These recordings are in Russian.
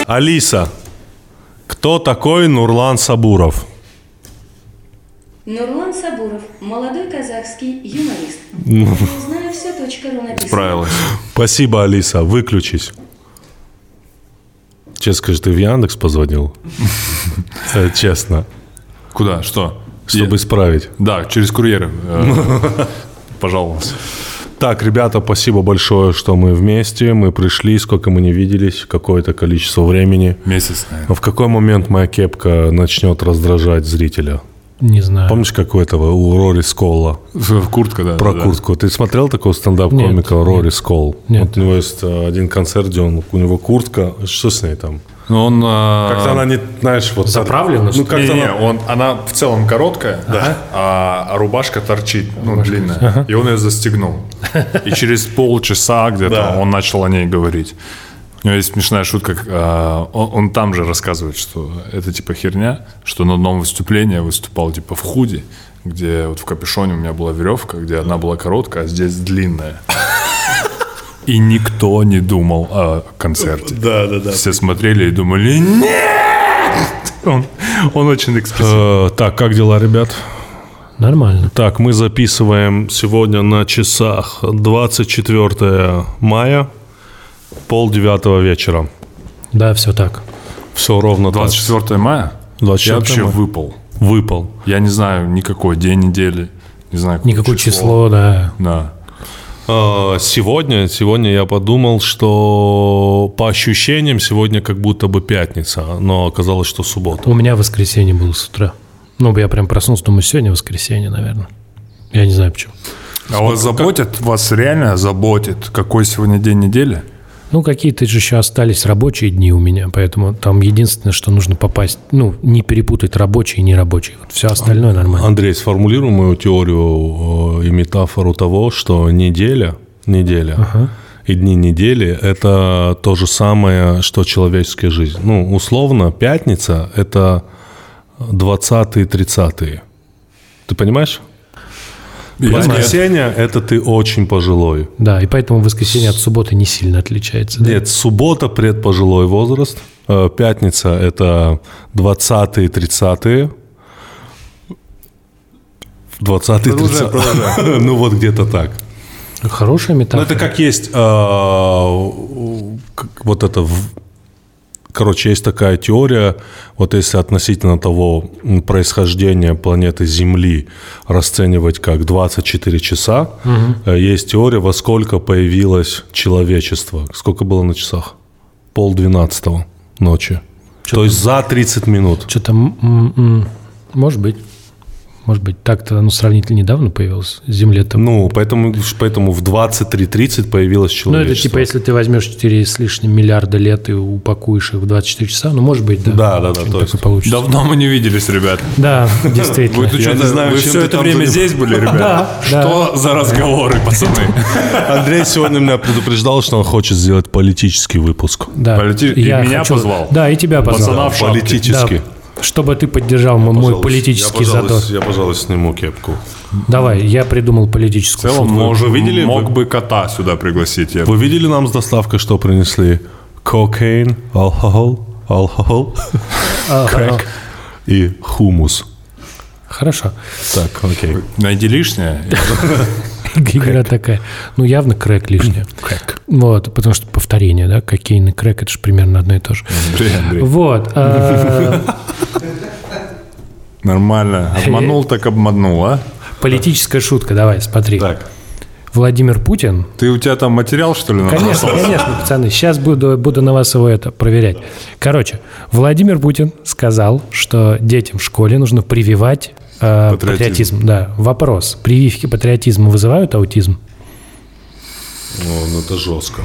Алиса, кто такой Нурлан Сабуров? Нурлан Сабуров, молодой казахский юморист. Я знаю все.ру написано. Справилась. Спасибо, Алиса, выключись. Честно скажи, ты в Яндекс позвонил? Честно. Куда? Что? Чтобы исправить. Да, через курьера. Пожаловался. Так, ребята, спасибо большое, что мы вместе. Мы пришли, сколько мы не виделись, какое-то количество времени. Месяц, наверное. А в какой момент моя кепка начнет раздражать зрителя? Не знаю. Помнишь, как у этого, у Рори Сколла? Куртка, да. Про куртку. Ты смотрел такого стендап-комика Рори Сколл? Нет. Вот у него есть один концерт, где у него куртка. Что с ней там? Но он... Как-то она не, знаешь, вот... Заправлена? Ну, как-то она в целом короткая, да. А рубашка торчит, длинная. И он ее застегнул. И через полчаса где-то он начал о ней говорить. У него есть смешная шутка, он там же рассказывает, что это типа херня, что на одном выступлении я выступал типа в худи, где вот в капюшоне у меня была веревка, где одна была короткая, а здесь длинная. И никто не думал о концерте. Да. Все смотрели и думали, нет! Он очень экспрессивный. Так, как дела, ребят? Нормально. Так, мы записываем сегодня на часах 24 мая, 8:30 вечера. Да, все так. Все ровно 24 мая? 24 Я вообще мая. Выпал. Я не знаю никакой день недели, не знаю Никакое число, да. Да. Сегодня я подумал, что по ощущениям сегодня как будто бы пятница, но оказалось, что суббота. У меня воскресенье было с утра. Я прям проснулся, думаю, сегодня воскресенье, наверное. Я не знаю, почему. А вас реально заботит, какой сегодня день недели? Какие-то же еще остались рабочие дни у меня, поэтому там единственное, что нужно попасть, не перепутать рабочий и нерабочий. Вот все остальное нормально. Андрей, сформулируй мою теорию и метафору того, что неделя и дни недели – это то же самое, что человеческая жизнь. Условно, пятница – это 20-е, 30-е. Ты понимаешь? Воскресенье – это ты очень пожилой. Да, и поэтому воскресенье от субботы не сильно отличается. Нет, суббота – предпожилой возраст, пятница – это 20-е, 30-е. 20-е, 30-е. Вот где-то так. Хорошая метафора. Это как есть есть такая теория, вот если относительно того происхождения планеты Земли расценивать как 24 часа, есть теория, во сколько появилось человечество. Сколько было на часах? 11:30 ночи. То есть за 30 минут. Что-то, может быть. Может быть, так-то оно сравнительно недавно появилось. Земле-то... Поэтому в 23:30 появилось человечество. Это типа, если ты возьмешь 4 с лишним миллиарда лет и упакуешь их в 24 часа, может быть, да. Да, то есть получится. Давно мы не виделись, ребят. Да, действительно. Вы все это время здесь были, ребят? Да. Что за разговоры, пацаны? Андрей сегодня меня предупреждал, что он хочет сделать политический выпуск. Да. И меня позвал. Да, и тебя позвал. Пацана в шапке. Политический. Чтобы ты поддержал мой политический задор. Я, пожалуй, сниму кепку. Давай, я придумал политическую В целом, шутку. мог бы кота сюда пригласить. Вы видели нам с доставкой, что принесли? Кокаин, алкоголь, крэк и хумус. Хорошо. Так, окей. Найди лишнее. Игра такая. Явно крэк лишнее. Крэк. Потому что повторение, да? Кокаин и крэк – это же примерно одно и то же. Андрей. Вот. Нормально. Обманул так обманул, а? Политическая шутка, давай, смотри. Так. Владимир Путин. У тебя там материал, что ли? Конечно, пацаны. Сейчас буду на вас его проверять. Короче, Владимир Путин сказал, что детям в школе нужно прививать патриотизм. Да. Вопрос. Прививки патриотизма вызывают аутизм? Это жестко.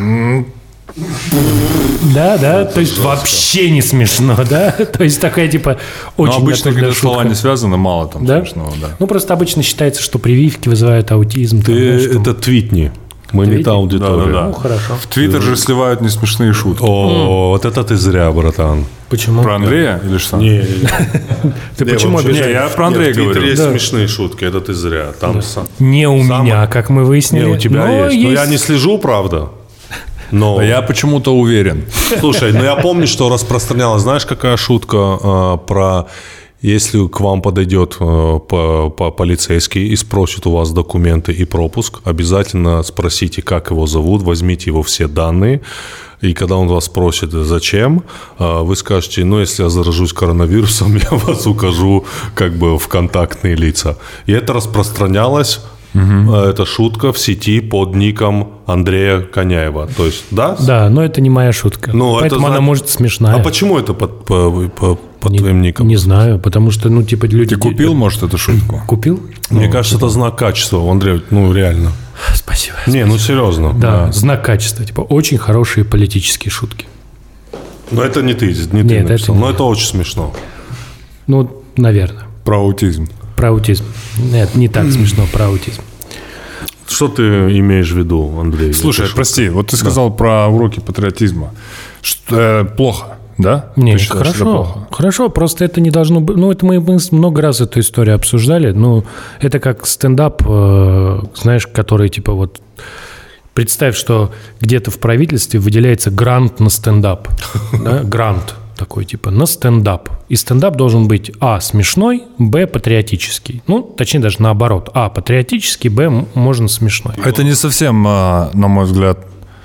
Да, то есть вообще не смешно, да? То есть такая типа очень... обычно, когда слова не связаны, мало там смешного, да. Просто обычно считается, что прививки вызывают аутизм. Ты это твитни. Мы не та аудитория. Да. Хорошо. В Твиттер же сливают несмешные шутки. Вот это ты зря, братан. Почему? Про Андрея или что? Не. Ты почему обижаешь? Я про Андрея говорю. В Твиттере есть смешные шутки, это ты зря. Там Не у меня, как мы выяснили. Не, у тебя есть. Но я не слежу, правда. Но... Да я почему-то уверен. Слушай, я помню, что распространялась, знаешь, какая шутка про... Если к вам подойдет полицейский и спросит у вас документы и пропуск, обязательно спросите, как его зовут, возьмите его все данные. И когда он вас спросит, зачем, вы скажете, если я заражусь коронавирусом, я вас укажу в контактные лица. И это распространялось, эта шутка в сети под ником Андрея Коняева. То есть, да? Да, но это не моя шутка. Поэтому она может смешная. А почему это под твоим ником? Не знаю, потому что, люди... Ты купил, может, эту шутку? Купил? Мне кажется, это знак качества, Андрей, реально. Спасибо. Серьезно. Да, знак качества. Очень хорошие политические шутки. Но это не ты написал. Но это очень смешно. Наверное. Про аутизм. Про аутизм. Нет, не так смешно, про аутизм. Что ты имеешь в виду, Андрей? Слушай, прости, вот ты сказал про уроки патриотизма. Что, плохо, да? Нет, хорошо. Хорошо, просто это не должно быть... это мы много раз эту историю обсуждали. Это как стендап, знаешь, который Представь, что где-то в правительстве выделяется грант на стендап. Да? Грант такой, на стендап. И стендап должен быть а. смешной, б. патриотический. Точнее, даже наоборот. А. патриотический, б. можно смешной. Это не совсем, на мой взгляд,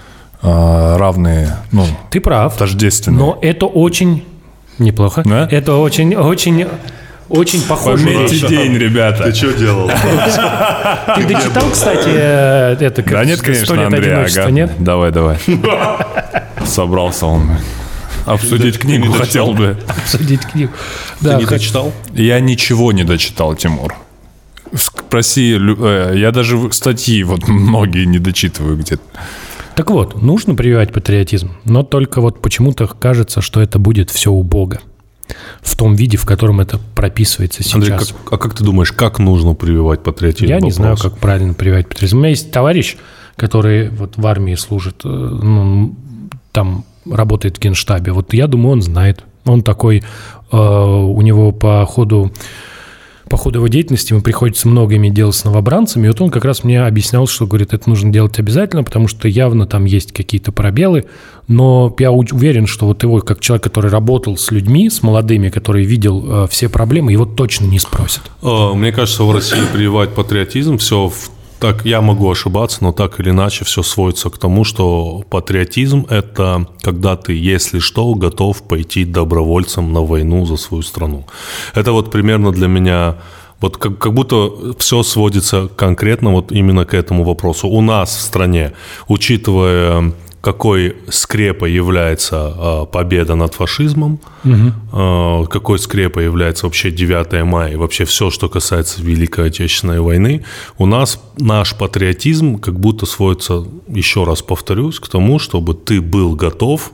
равные, ты прав. Тождественные. Но это очень неплохо. Да? Это очень похоже. Пометьте день, ребята. Ты что делал? Ты дочитал, кстати, это как да нет, конечно, Андрей, ага. Нет? Давай. Собрался он. Обсудить книгу хотел бы. Обсудить книгу. Ты не дочитал? Я ничего не дочитал, Тимур. Спроси, я даже статьи многие не дочитываю где-то. Так вот, нужно прививать патриотизм, но только почему-то кажется, что это будет все убого. В том виде, в котором это прописывается сейчас. Андрей, как ты думаешь, как нужно прививать патриотизм? Я не знаю, как правильно прививать патриотизм. У меня есть товарищ, который в армии служит, там работает в Генштабе. Я думаю, он знает. Он такой, у него по ходу его деятельности ему приходится много иметь дел с новобранцами, и он как раз мне объяснял, что, говорит, это нужно делать обязательно, потому что явно там есть какие-то пробелы, но я уверен, что его, как человек, который работал с людьми, с молодыми, который видел все проблемы, его точно не спросят. Мне кажется, в России прививать патриотизм все так, я могу ошибаться, но так или иначе все сводится к тому, что патриотизм – это когда ты, если что, готов пойти добровольцем на войну за свою страну. Это примерно для меня, как будто все сводится конкретно именно к этому вопросу. У нас в стране, учитывая, какой скрепой является победа над фашизмом, какой скрепой является вообще 9 мая и вообще все, что касается Великой Отечественной войны, у нас наш патриотизм как будто сводится, еще раз повторюсь, к тому, чтобы ты был готов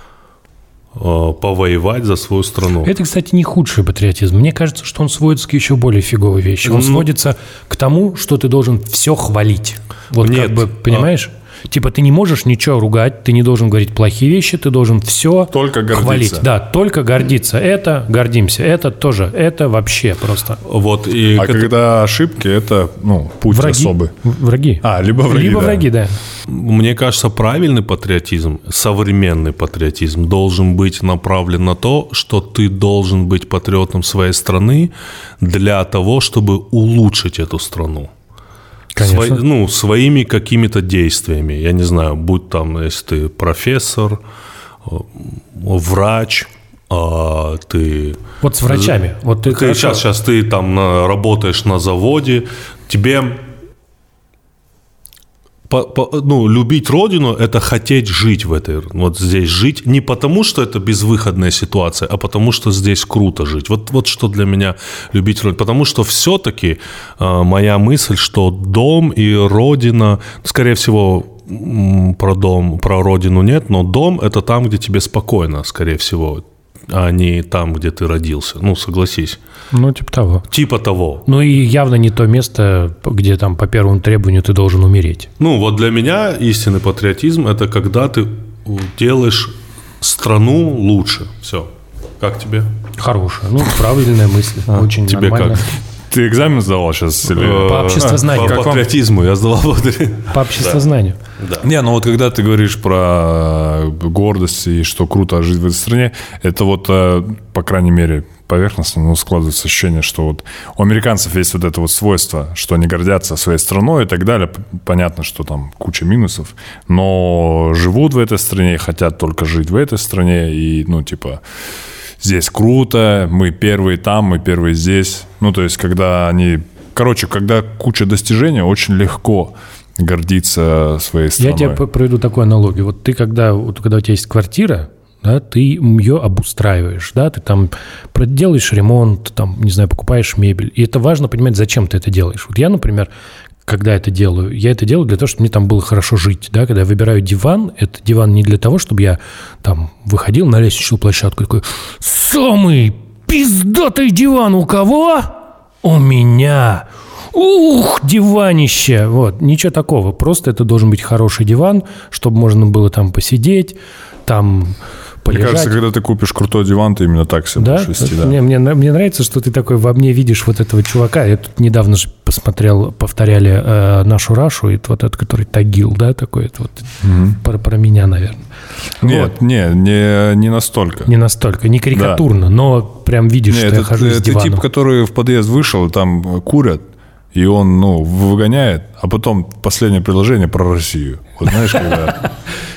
повоевать за свою страну. Это, кстати, не худший патриотизм. Мне кажется, что он сводится к еще более фиговой вещи. Он сводится к тому, что ты должен все хвалить. Нет. Понимаешь? Ты не можешь ничего ругать, ты не должен говорить плохие вещи, ты должен все только хвалить. Гордиться. Да, только гордиться. Это гордимся, это тоже, это вообще просто. Когда ошибки, это путь враги, особый. Враги. Либо враги. Либо враги, да. Мне кажется, правильный патриотизм, современный патриотизм должен быть направлен на то, что ты должен быть патриотом своей страны для того, чтобы улучшить эту страну. Своими какими-то действиями. Я не знаю, будь там, если ты профессор, врач, ты... с врачами. Сейчас ты там работаешь на заводе, тебе... любить родину – это хотеть жить в этой, здесь жить, не потому, что это безвыходная ситуация, а потому, что здесь круто жить. Вот что для меня любить родину. Потому что все-таки моя мысль, что дом и родина, скорее всего, про родину нет, но дом – это там, где тебе спокойно, скорее всего, а не там, где ты родился. Согласись. Типа того. И явно не то место, где там по первому требованию ты должен умереть. Для меня истинный патриотизм – это когда ты делаешь страну лучше. Все. Как тебе? Хорошая. Правильная мысль. Очень тебе нормально. как? Ты экзамен сдавал сейчас? По обществознанию. По патриотизму я сдавал. По обществознанию. Не, ну вот когда ты говоришь про гордость и что круто жить в этой стране, это вот, по крайней мере, поверхностно, складывается ощущение, что вот у американцев есть вот это вот свойство, что они гордятся своей страной и так далее. Понятно, что там куча минусов, но живут в этой стране, хотят только жить в этой стране и, ну, типа, здесь круто, мы первые там, мы первые здесь. Ну, то есть, когда куча достижений, очень легко гордиться своей страной. Я тебе проведу такую аналогию. Вот ты, когда у тебя есть квартира, да, ты ее обустраиваешь, да, ты там делаешь ремонт, там, не знаю, покупаешь мебель. И это важно понимать, зачем ты это делаешь. Вот я, например, когда это делаю, я это делаю для того, чтобы мне там было хорошо жить, да, когда я выбираю диван, это диван не для того, чтобы я там выходил на лестничную площадку и такой: самый пиздатый диван у кого? У меня. Ух, диванище! Вот, ничего такого, просто это должен быть хороший диван, чтобы можно было там посидеть, там полежать. Мне кажется, когда ты купишь крутой диван, ты именно так себя будешь вести. Да? Мне нравится, что ты такой во мне видишь вот этого чувака. Я тут недавно же повторяли нашу Рашу, и вот этот, который Тагил, да, такой, это вот про меня, наверное. Нет, вот. Не настолько. Не настолько, не карикатурно, да. Но прям видишь, что я хожу с диваном. Это тип, который в подъезд вышел, там курят, и он, выгоняет, а потом последнее предложение про Россию. Вот знаешь, когда...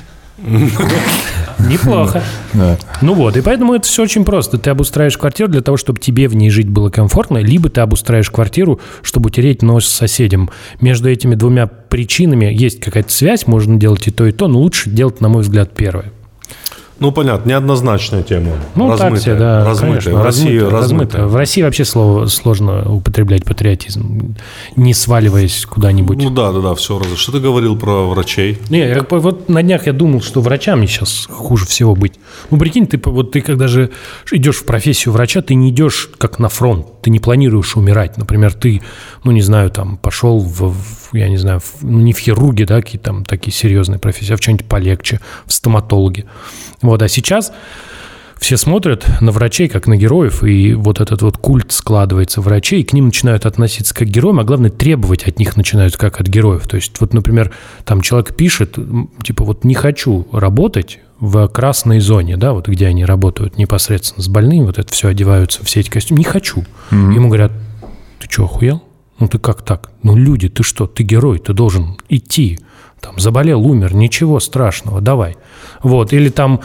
Неплохо. Да. Ну вот, и поэтому это все очень просто. Ты обустраиваешь квартиру для того, чтобы тебе в ней жить было комфортно, либо ты обустраиваешь квартиру, чтобы утереть нос соседям. Между этими двумя причинами есть какая-то связь, можно делать и то, но лучше делать, на мой взгляд, первое. Ну, понятно, неоднозначная тема. Ну, размытая, так все, да, размытая. В России размытая. В России вообще слово сложно употреблять патриотизм, не сваливаясь куда-нибудь. Ну, да, все. Что ты говорил про врачей? Не, вот на днях я думал, что врачам сейчас хуже всего быть. Ну, прикинь, ты когда же идешь в профессию врача, ты не идешь как на фронт, ты не планируешь умирать. Например, ты, не знаю, там, пошел я не знаю, не в хирурги, да, какие там такие серьезные профессии, а в что-нибудь полегче, в стоматологи. Вот, а сейчас все смотрят на врачей как на героев, и вот этот вот культ складывается врачей, и к ним начинают относиться как к героям, а главное, требовать от них начинают как от героев. То есть, вот, например, там человек пишет, типа, вот не хочу работать в красной зоне, да, вот где они работают непосредственно с больными, вот это все одеваются, все эти костюмы, не хочу. Mm-hmm. Ему говорят: ты что, охуел? Ну ты как так? Ну люди, ты что? Ты герой, ты должен идти. Там, заболел, умер, ничего страшного, давай. Вот, или там,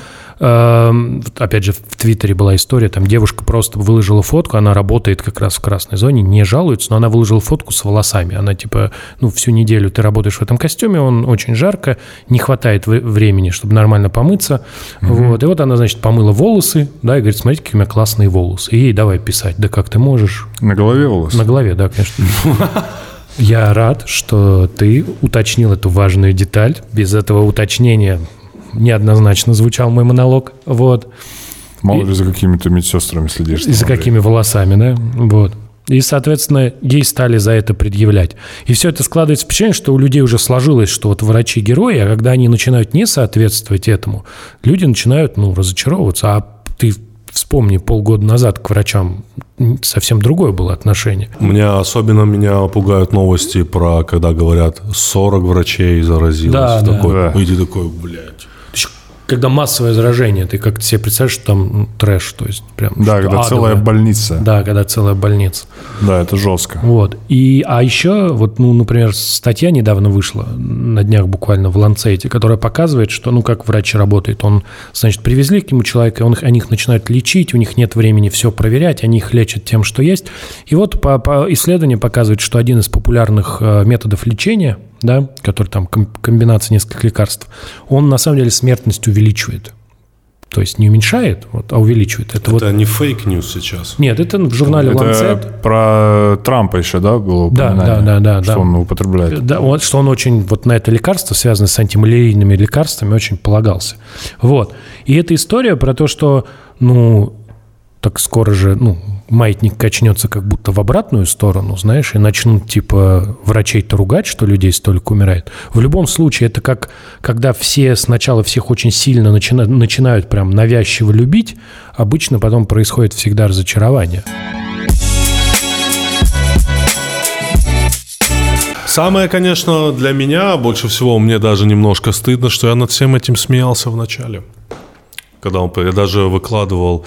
опять же, в Твиттере была история, там девушка просто выложила фотку, она работает как раз в красной зоне, не жалуется, но она выложила фотку с волосами. Она типа, всю неделю ты работаешь в этом костюме, он очень жарко, не хватает времени, чтобы нормально помыться. Вот, и вот она, значит, помыла волосы, да, и говорит: смотрите, какие у меня классные волосы. И ей давай писать: да как ты можешь? На голове волосы? На голове, да, конечно. Я рад, что ты уточнил эту важную деталь. Без этого уточнения неоднозначно звучал мой монолог. Вот. Мало ли за какими-то медсестрами следишь. И за какими волосами, да? Вот. И, соответственно, ей стали за это предъявлять. И все это складывается впечатление, что у людей уже сложилось, что вот врачи герои, а когда они начинают не соответствовать этому, люди начинают, разочаровываться. А ты вспомни, полгода назад к врачам совсем другое было отношение. Меня пугают новости про, когда говорят, 40 врачей заразилось. Да. И ты такой, блядь. Когда массовое заражение, ты как-то себе представляешь, что там трэш, то есть прям... Да, когда целая больница. Да, когда целая больница. Да, это жестко. Вот. А еще, вот, например, статья недавно вышла, на днях буквально в Lancet, которая показывает, что, как врач работает. Он, значит, привезли к нему человека, они их начинают лечить, у них нет времени все проверять, они их лечат тем, что есть. И вот по исследованию показывает, что один из популярных методов лечения, да, который там комбинация нескольких лекарств, он на самом деле смертность увеличивает. То есть не уменьшает, а увеличивает. Это не фейк-ньюс сейчас? Нет, это в журнале Lancet. Это про Трампа еще, да, было упоминание? Да. Что он употребляет. Да, что он очень вот на это лекарство, связанное с антималярийными лекарствами, очень полагался. Вот. И эта история про то, что, так скоро же, маятник качнется как будто в обратную сторону, знаешь, и начнут, типа, врачей-то ругать, что людей столько умирает. В любом случае, это как, когда все сначала всех очень сильно начинают прям навязчиво любить, обычно потом происходит всегда разочарование. Самое, конечно, для меня, больше всего, мне даже немножко стыдно, что я над всем этим смеялся в начале. Когда я даже выкладывал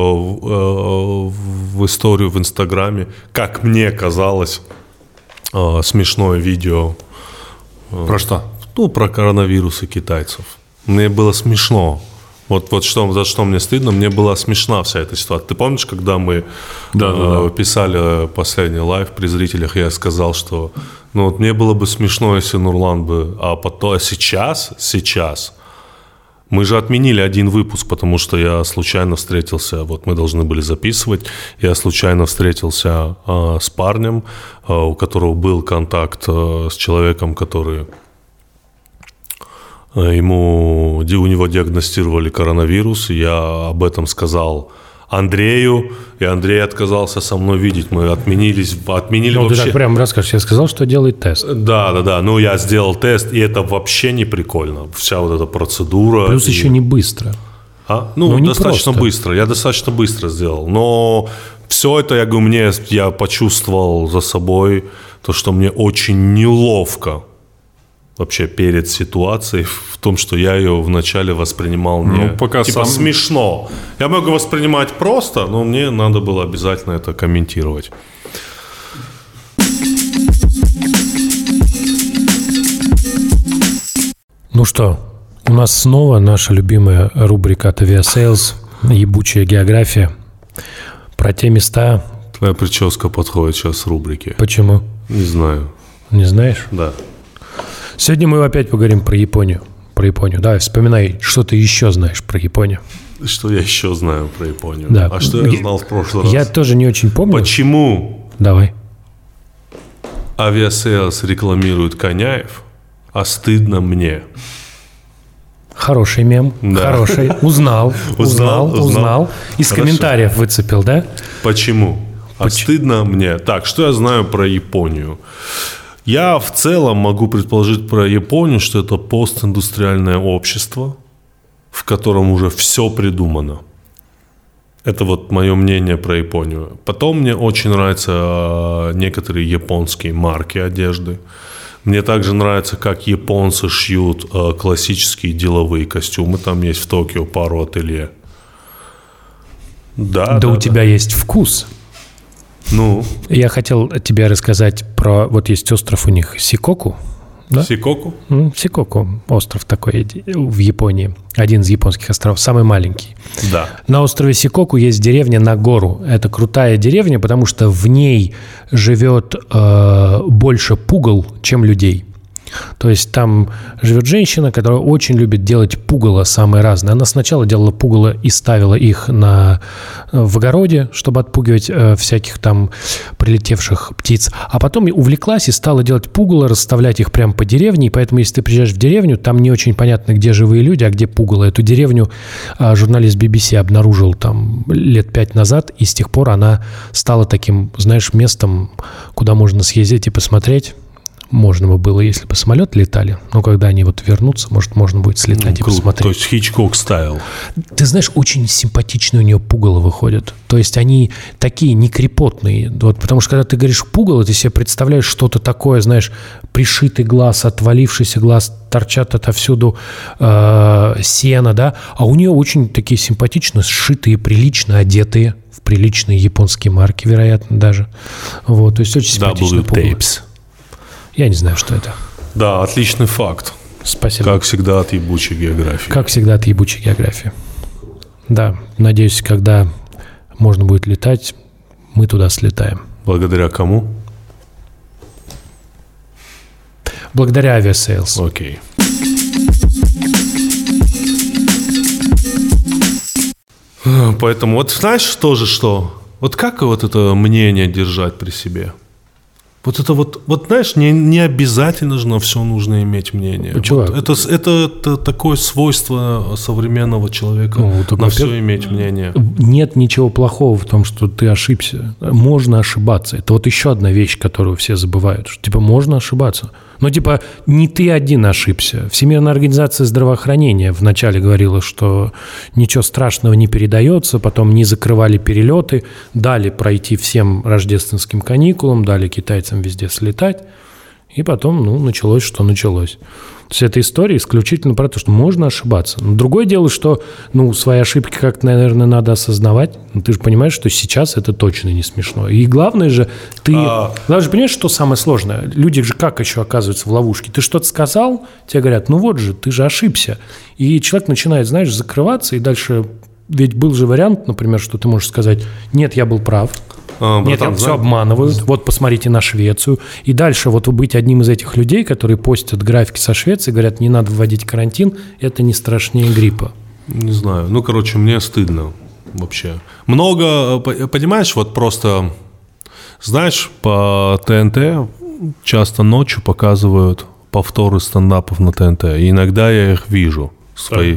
в историю в Инстаграме, как мне казалось, смешное видео. Про что? Ну, про коронавирус и китайцев. Мне было смешно. Вот что, за что мне стыдно, мне была смешна вся эта ситуация. Ты помнишь, когда мы писали последний лайв при зрителях, я сказал, что мне было бы смешно, если Нурлан бы... А сейчас... Мы же отменили один выпуск, потому что я случайно встретился, мы должны были записывать, я случайно встретился с парнем, у которого был контакт с человеком, который... У него диагностировали коронавирус, я об этом сказал Андрею, и Андрей отказался со мной видеть. Мы отменили вообще... Ты так прям расскажешь, я сказал, что делает тест. Да. Я сделал тест, и это вообще не прикольно. Вся вот эта процедура. Плюс еще не быстро. Достаточно быстро. Я достаточно быстро сделал. Но все это, я почувствовал за собой то, что мне очень неловко вообще перед ситуацией в том, что я ее вначале воспринимал смешно. Я могу воспринимать просто, но мне надо было обязательно это комментировать. Ну что, у нас снова наша любимая рубрика от Aviasales «Ебучая география». Про те места... Твоя прическа подходит сейчас рубрике. Почему? Не знаю. Не знаешь? Да. Сегодня мы опять поговорим про Японию. Давай, вспоминай, что ты еще знаешь про Японию. Что я еще знаю про Японию? Да. А что я знал в прошлый раз? Я тоже не очень помню. Почему? Давай. Aviasales рекламирует Коняев, а стыдно мне. Хороший мем. Да. Хороший. Узнал. Из комментариев выцепил, да? Почему? Стыдно мне. Так, что я знаю про Японию? Я в целом могу предположить про Японию, что это постиндустриальное общество, в котором уже все придумано. Это мое мнение про Японию. Потом мне очень нравятся некоторые японские марки одежды. Мне также нравится, как японцы шьют классические деловые костюмы. Там есть в Токио пару ателье. Да, у тебя есть вкус. Я хотел тебе рассказать про... есть остров у них Сикоку. Да? Сикоку? Сикоку. Остров такой в Японии. Один из японских островов. Самый маленький. Да. На острове Сикоку есть деревня Нагору. Это крутая деревня, потому что в ней живет больше пугал, чем людей. То есть там живет женщина, которая очень любит делать пугало самые разные. Она сначала делала пугало и ставила их в огороде, чтобы отпугивать всяких там прилетевших птиц. А потом увлеклась и стала делать пугало, расставлять их прямо по деревне. И поэтому, если ты приезжаешь в деревню, там не очень понятно, где живые люди, а где пугало. Эту деревню журналист BBC обнаружил там лет 5 назад, и с тех пор она стала таким, местом, куда можно съездить и посмотреть. Можно бы было, если бы самолет летали, но когда они вернутся, может, можно будет слетать и посмотреть. То есть Хичкок стайл. Ты знаешь, очень симпатичные у нее пугало выходят. То есть они такие некрепотные. Потому что когда ты говоришь пугало, ты себе представляешь что-то такое, пришитый глаз, отвалившийся глаз, торчат отовсюду сено, да? А у нее очень такие симпатично сшитые, прилично одетые, в приличные японские марки, вероятно, даже. То есть очень симпатичные пугало. Я не знаю, что это. Да, отличный факт. Спасибо. Как всегда от ебучей географии. Да, надеюсь, когда можно будет летать, мы туда слетаем. Благодаря кому? Благодаря Aviasales. Окей. Поэтому знаешь тоже что? Как это мнение держать при себе? Знаешь, не обязательно же на все нужно иметь мнение. Это такое свойство современного человека, на все иметь мнение. Нет ничего плохого в том, что ты ошибся. Можно ошибаться. Это еще одна вещь, которую все забывают. Что, можно ошибаться. Но, не ты один ошибся. Всемирная организация здравоохранения вначале говорила, что ничего страшного не передается, потом не закрывали перелеты, дали пройти всем рождественским каникулам, дали китайцам везде слетать. И потом, началось, что началось. То есть эта история исключительно про то, что можно ошибаться. Но другое дело, что, свои ошибки как-то, наверное, надо осознавать. Ты же понимаешь, что сейчас это точно не смешно. И главное же, главное же, понимаешь, что самое сложное? Люди же как еще оказываются в ловушке? Ты что-то сказал, тебе говорят, вот же, ты же ошибся. И человек начинает, знаешь, закрываться, и дальше... Ведь был же вариант, например, что ты можешь сказать, нет, я был прав. Нет, я все обманывают. Вот посмотрите на Швецию. И дальше вот быть одним из этих людей, которые постят графики со Швеции, говорят, не надо вводить карантин, это не страшнее гриппа. Не знаю. мне стыдно вообще. Много, понимаешь, вот просто, знаешь, по ТНТ часто ночью показывают повторы стендапов на ТНТ. И иногда я их вижу свои.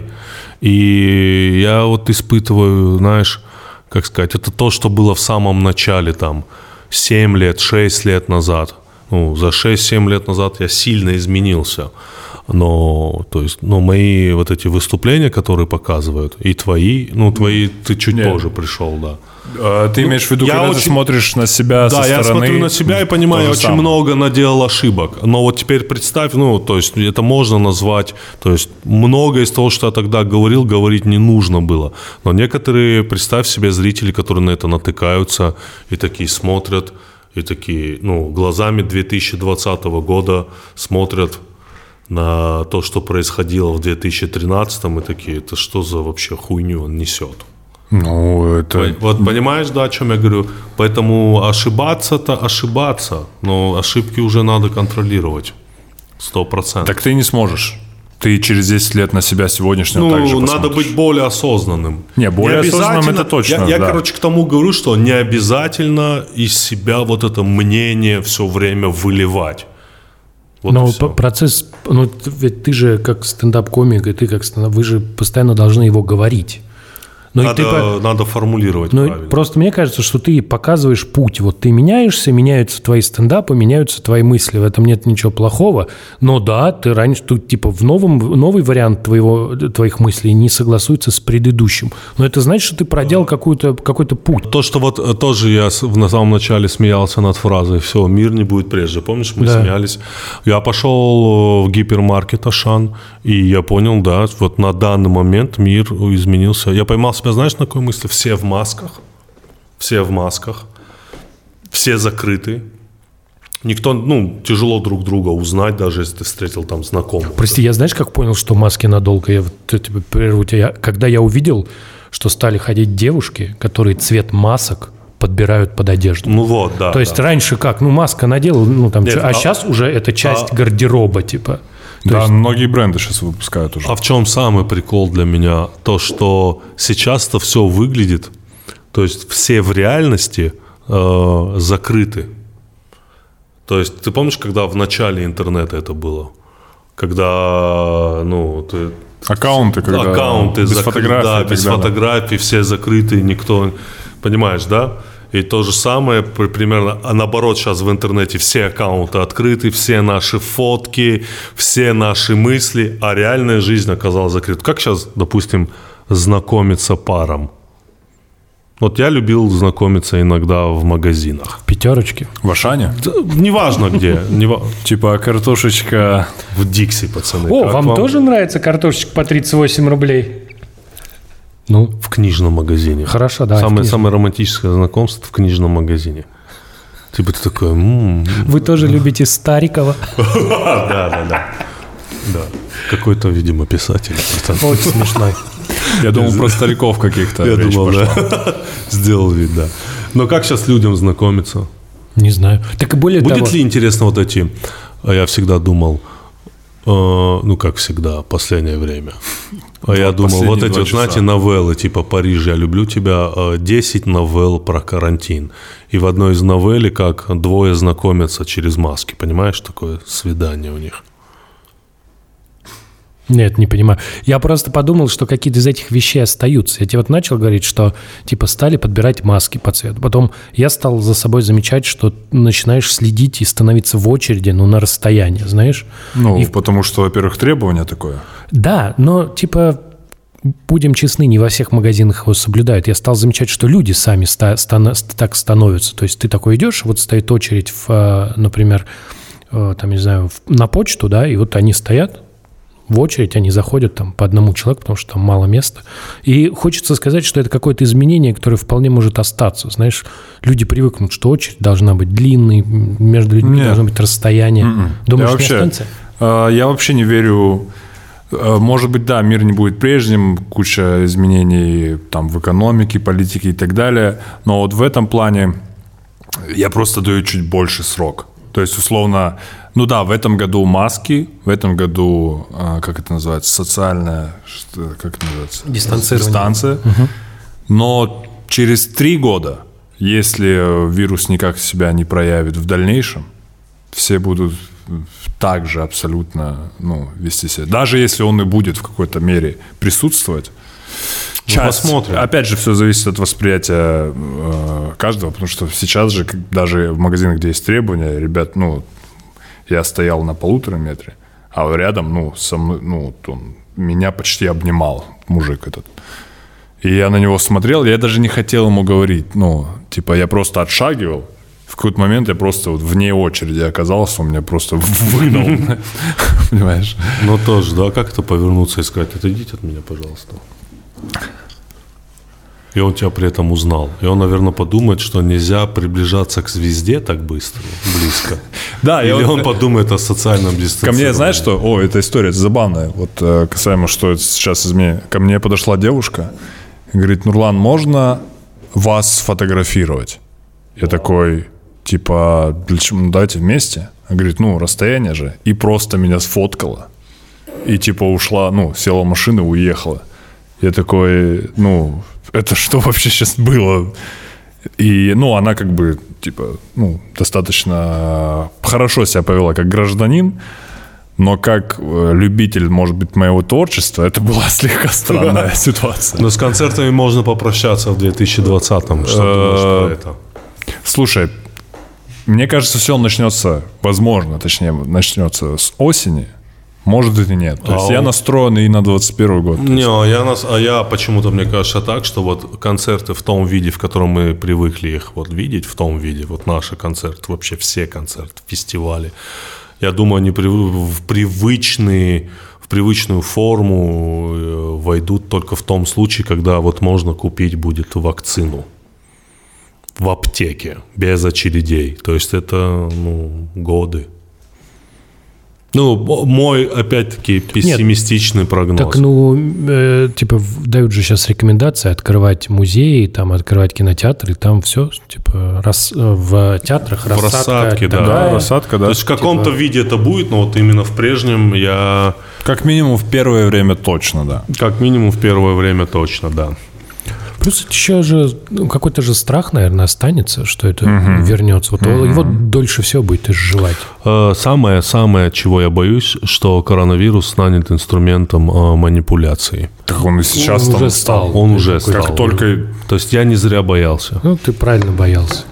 И я вот испытываю, знаешь, как сказать, это то, что было в самом начале, 7 лет, 6 лет назад. За 6-7 лет назад я сильно изменился. Но мои вот эти выступления, которые показывают, и твои, ты чуть позже пришел, да. Ты имеешь в виду, когда ты смотришь на себя со стороны? Да, я смотрю на себя и понимаю, я очень много наделал ошибок. Но вот теперь представь, это можно назвать, много из того, что я тогда говорил, говорить не нужно было. Но некоторые, представь себе, зрители, которые на это натыкаются и такие смотрят, и такие, глазами 2020 года смотрят на то, что происходило в 2013-м, и такие, это что за вообще хуйню он несет? Вот понимаешь, да, о чем я говорю? Поэтому ошибаться-то ошибаться, но ошибки уже надо контролировать 100%. Так ты не сможешь. Ты через 10 лет на себя сегодняшнего так же посмотришь. Надо быть более осознанным. Более осознанным это точно. Я, к тому говорю, что не обязательно из себя вот это мнение все время выливать. Процесс, ведь ты же как стендап-комик, и ты как стендап, вы же постоянно должны его говорить. Надо формулировать правильно. Просто мне кажется, что ты показываешь путь. Вот ты меняешься, меняются твои стендапы, меняются твои мысли. В этом нет ничего плохого. Но да, ты раньше, новый вариант твоих мыслей не согласуется с предыдущим. Но это значит, что ты проделал какой-то путь. То, что вот тоже я на самом начале смеялся над фразой «все, мир не будет прежде». Помнишь, мы смеялись? Я пошел в гипермаркет «Ашан», и я понял, да, вот на данный момент мир изменился. Я поймал себя, знаешь, на какой мысли? Все в масках, все закрыты. Никто, тяжело друг друга узнать, даже если ты встретил там знакомых. Прости, я знаешь, как понял, что маски надолго? Я прерву тебя. Когда я увидел, что стали ходить девушки, которые цвет масок подбирают под одежду. Да. То есть раньше как? маска надела, сейчас уже это часть гардероба, типа. Многие бренды сейчас выпускают уже. А в чем самый прикол для меня? То, что сейчас-то все выглядит, то есть все в реальности закрыты. То есть ты помнишь, когда в начале интернета это было? Когда, Аккаунты без фотографий. Без фотографий, все закрыты, никто... Понимаешь, да? И то же самое примерно, наоборот, сейчас в интернете все аккаунты открыты, все наши фотки, все наши мысли, а реальная жизнь оказалась закрыта. Как сейчас, допустим, знакомиться парам? Вот я любил знакомиться иногда в магазинах. В Пятерочке? В Ашане? Да, неважно где. Типа картошечка... В Дикси, пацаны. Вам тоже нравится картошечка по 38 рублей? В книжном магазине. Хорошо, да. Самое романтическое знакомство в книжном магазине. Типа ты такой... Вы тоже любите Старикова? Да. Какой-то, видимо, писатель. Очень смешной. Я думал про стариков каких-то. Я думал, да. Сделал вид, да. Но как сейчас людям знакомиться? Не знаю. Так и более того... Будет ли интересно вот эти... Я всегда думал... как всегда, последнее время. Я думал, вот эти, знаете, новеллы, типа «Париж, я люблю тебя», 10 новелл про карантин. И в одной из новелл, как двое знакомятся через маски. Понимаешь, такое свидание у них? Нет, не понимаю. Я просто подумал, что какие-то из этих вещей остаются. Я тебе начал говорить, что стали подбирать маски по цвету. Потом я стал за собой замечать, что начинаешь следить и становиться в очереди, на расстоянии, знаешь? Потому что, во-первых, требование такое. Да, но, будем честны, не во всех магазинах его соблюдают. Я стал замечать, что люди сами так становятся. То есть ты такой идешь, вот стоит очередь, например, там, не знаю, на почту, да, и вот они стоят в очередь, они заходят там по одному человеку, потому что там мало места. И хочется сказать, что это какое-то изменение, которое вполне может остаться. Знаешь, люди привыкнут, что очередь должна быть длинной, между людьми должно быть расстояние. Думаешь, не останется? Я вообще не верю. Может быть, да, мир не будет прежним, куча изменений там в экономике, политике и так далее. Но вот в этом плане я просто даю чуть больше срок. То есть, условно, ну да, в этом году маски, в этом году, как это называется, социальная, как это называется? Дистанция. Но через 3 года, если вирус никак себя не проявит в дальнейшем, все будут так же абсолютно вести себя. Даже если он и будет в какой-то мере присутствовать. Посмотрим. Опять же, все зависит от восприятия каждого, потому что сейчас же даже в магазинах, где есть требования, ребят, я стоял на 1,5 метра, а рядом, со мной, он меня почти обнимал, мужик этот. И я на него смотрел, я даже не хотел ему говорить, я просто отшагивал. В какой-то момент я просто вне очереди оказался, он меня просто выгнал, понимаешь? Ну тоже, да, как это повернуться и сказать, отойдите от меня, пожалуйста. И он тебя при этом узнал. И он, наверное, подумает, что нельзя приближаться к звезде так быстро, близко. Да, или он подумает о социальном дистанцировании. Ко мне, знаешь что? Эта история забавная. Вот касаемо, что это сейчас изменит. Ко мне подошла девушка и говорит, Нурлан, можно вас сфотографировать? Я такой, для чего? Давайте вместе. Она говорит, расстояние же. И просто меня сфоткала. И ушла, села в машину и уехала. Я такой, это что вообще сейчас было? И, она достаточно хорошо себя повела как гражданин, но как любитель, может быть, моего творчества, это была слегка странная ситуация. Но с концертами можно попрощаться в 2020-м. Что думаешь про это? Слушай, мне кажется, все начнется с осени. Может и нет. То есть я настроен и на 21 год. Я почему-то, мне кажется, так, что вот концерты в том виде, в котором мы привыкли их видеть, в том виде, вот наши концерты, вообще все концерты, фестивали, я думаю, они в привычную форму войдут только в том случае, когда вот можно купить будет вакцину в аптеке, без очередей. То есть это, годы. Мой, опять-таки, пессимистичный прогноз. Так, дают же сейчас рекомендации открывать музеи, открывать кинотеатры, там все, в театрах рассадка. Рассадка, да. То есть в каком-то виде это будет, но вот именно в прежнем я... Как минимум в первое время точно, да. Как минимум в первое время точно, да. Плюс еще же какой-то же страх, наверное, останется, что это вернется. Вот его дольше всего будет изживать. Самое, чего я боюсь, что коронавирус станет инструментом манипуляции. Так он и сейчас уже стал. Он уже стал. Как только... То есть я не зря боялся. Ты правильно боялся.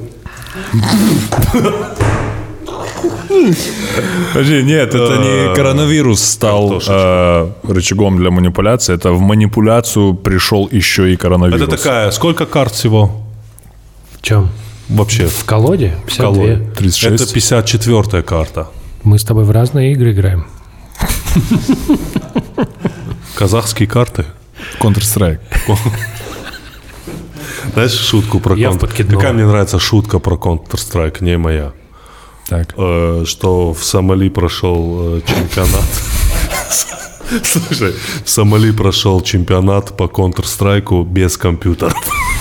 Подожди, нет, это не коронавирус стал рычагом для манипуляции, это в манипуляцию пришел еще и коронавирус. Это такая, сколько карт всего? В чем? Вообще. В колоде? 52. В колоде. 36. Это 54-я карта. Мы с тобой в разные игры играем. Казахские карты. Counter-Strike. Знаешь шутку про Counter-Strike? Какая мне нравится шутка про Counter-Strike, не моя. Так. Что в Сомали прошел чемпионат. Слушай, в Сомали прошел чемпионат по Counter-Strike без компьютеров.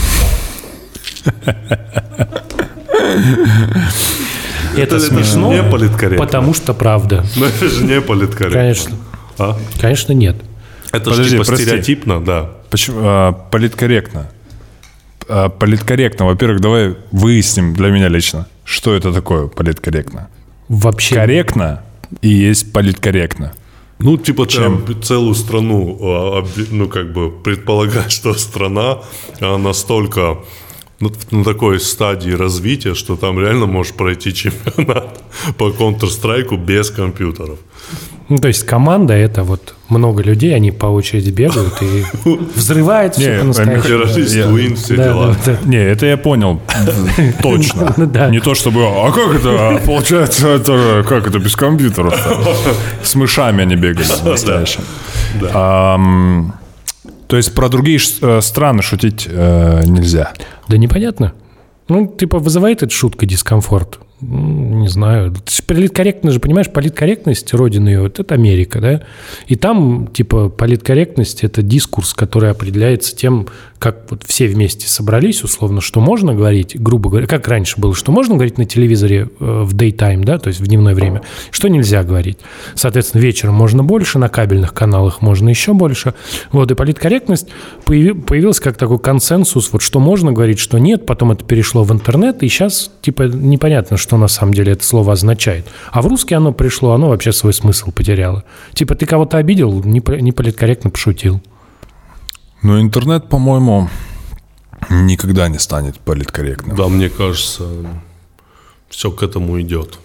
Это смешно, не политкорректно. Потому что правда. Но это же не политкорректно. Конечно. А? Конечно, нет. Это же стереотипно, да. Почему? Политкорректно. Политкорректно. Во-первых, давай выясним для меня лично, что это такое политкорректно. Вообще. Корректно и есть политкорректно. Целую страну, предполагать, что страна настолько на такой стадии развития, что там реально можешь пройти чемпионат по Counter-Strike без компьютеров. Ну, то есть команда – это вот много людей, они по очереди бегают и взрывают все по-настоящему. Все дела. Не, это я понял точно. Не то чтобы, а как это? Получается, как это без компьютера? С мышами они бегали настоящие. То есть про другие страны шутить нельзя? Да непонятно. Ну, типа, вызывает эта шутка дискомфорт? Не знаю. Политкорректность же, понимаешь, политкорректность, родина ее, вот это Америка, да? И там, типа, политкорректность – это дискурс, который определяется тем, как вот все вместе собрались, условно, что можно говорить, грубо говоря, как раньше было, что можно говорить на телевизоре в daytime, да, то есть в дневное время, что нельзя говорить. Соответственно, вечером можно больше, на кабельных каналах можно еще больше. Вот, и политкорректность появилась как такой консенсус, вот что можно говорить, что нет, потом это перешло в интернет, и сейчас, типа, непонятно, что на самом деле это слово означает. А в русский оно пришло, оно вообще свой смысл потеряло. Типа, ты кого-то обидел, не политкорректно пошутил. Но интернет, по-моему, никогда не станет политкорректным. Да, мне кажется, все к этому идет.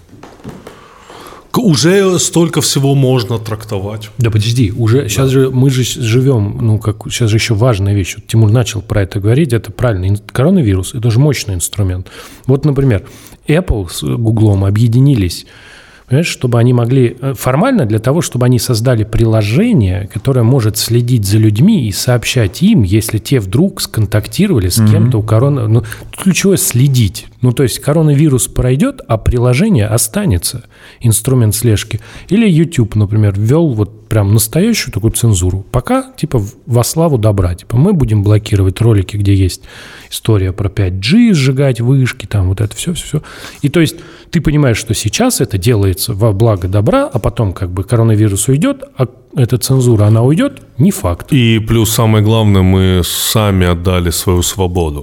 Уже столько всего можно трактовать. Да подожди, уже сейчас же мы же живем, ну как сейчас же еще важная вещь. Вот Тимур начал про это говорить, это правильно. Коронавирус – это же мощный инструмент. Вот, например, Apple с Google объединились, понимаешь, чтобы они могли формально для того, чтобы они создали приложение, которое может следить за людьми и сообщать им, если те вдруг сконтактировали с кем-то у коронавируса. Ну, ключевое – следить. Ну, то есть коронавирус пройдет, а приложение останется, инструмент слежки. Или YouTube, например, ввел вот прям настоящую такую цензуру. Пока, типа, во славу добра. Типа, мы будем блокировать ролики, где есть история про 5G, сжигать вышки, там вот это все. И то есть ты понимаешь, что сейчас это делается во благо добра, а потом как бы коронавирус уйдет, а эта цензура, она уйдет, не факт. И плюс самое главное, мы сами отдали свою свободу.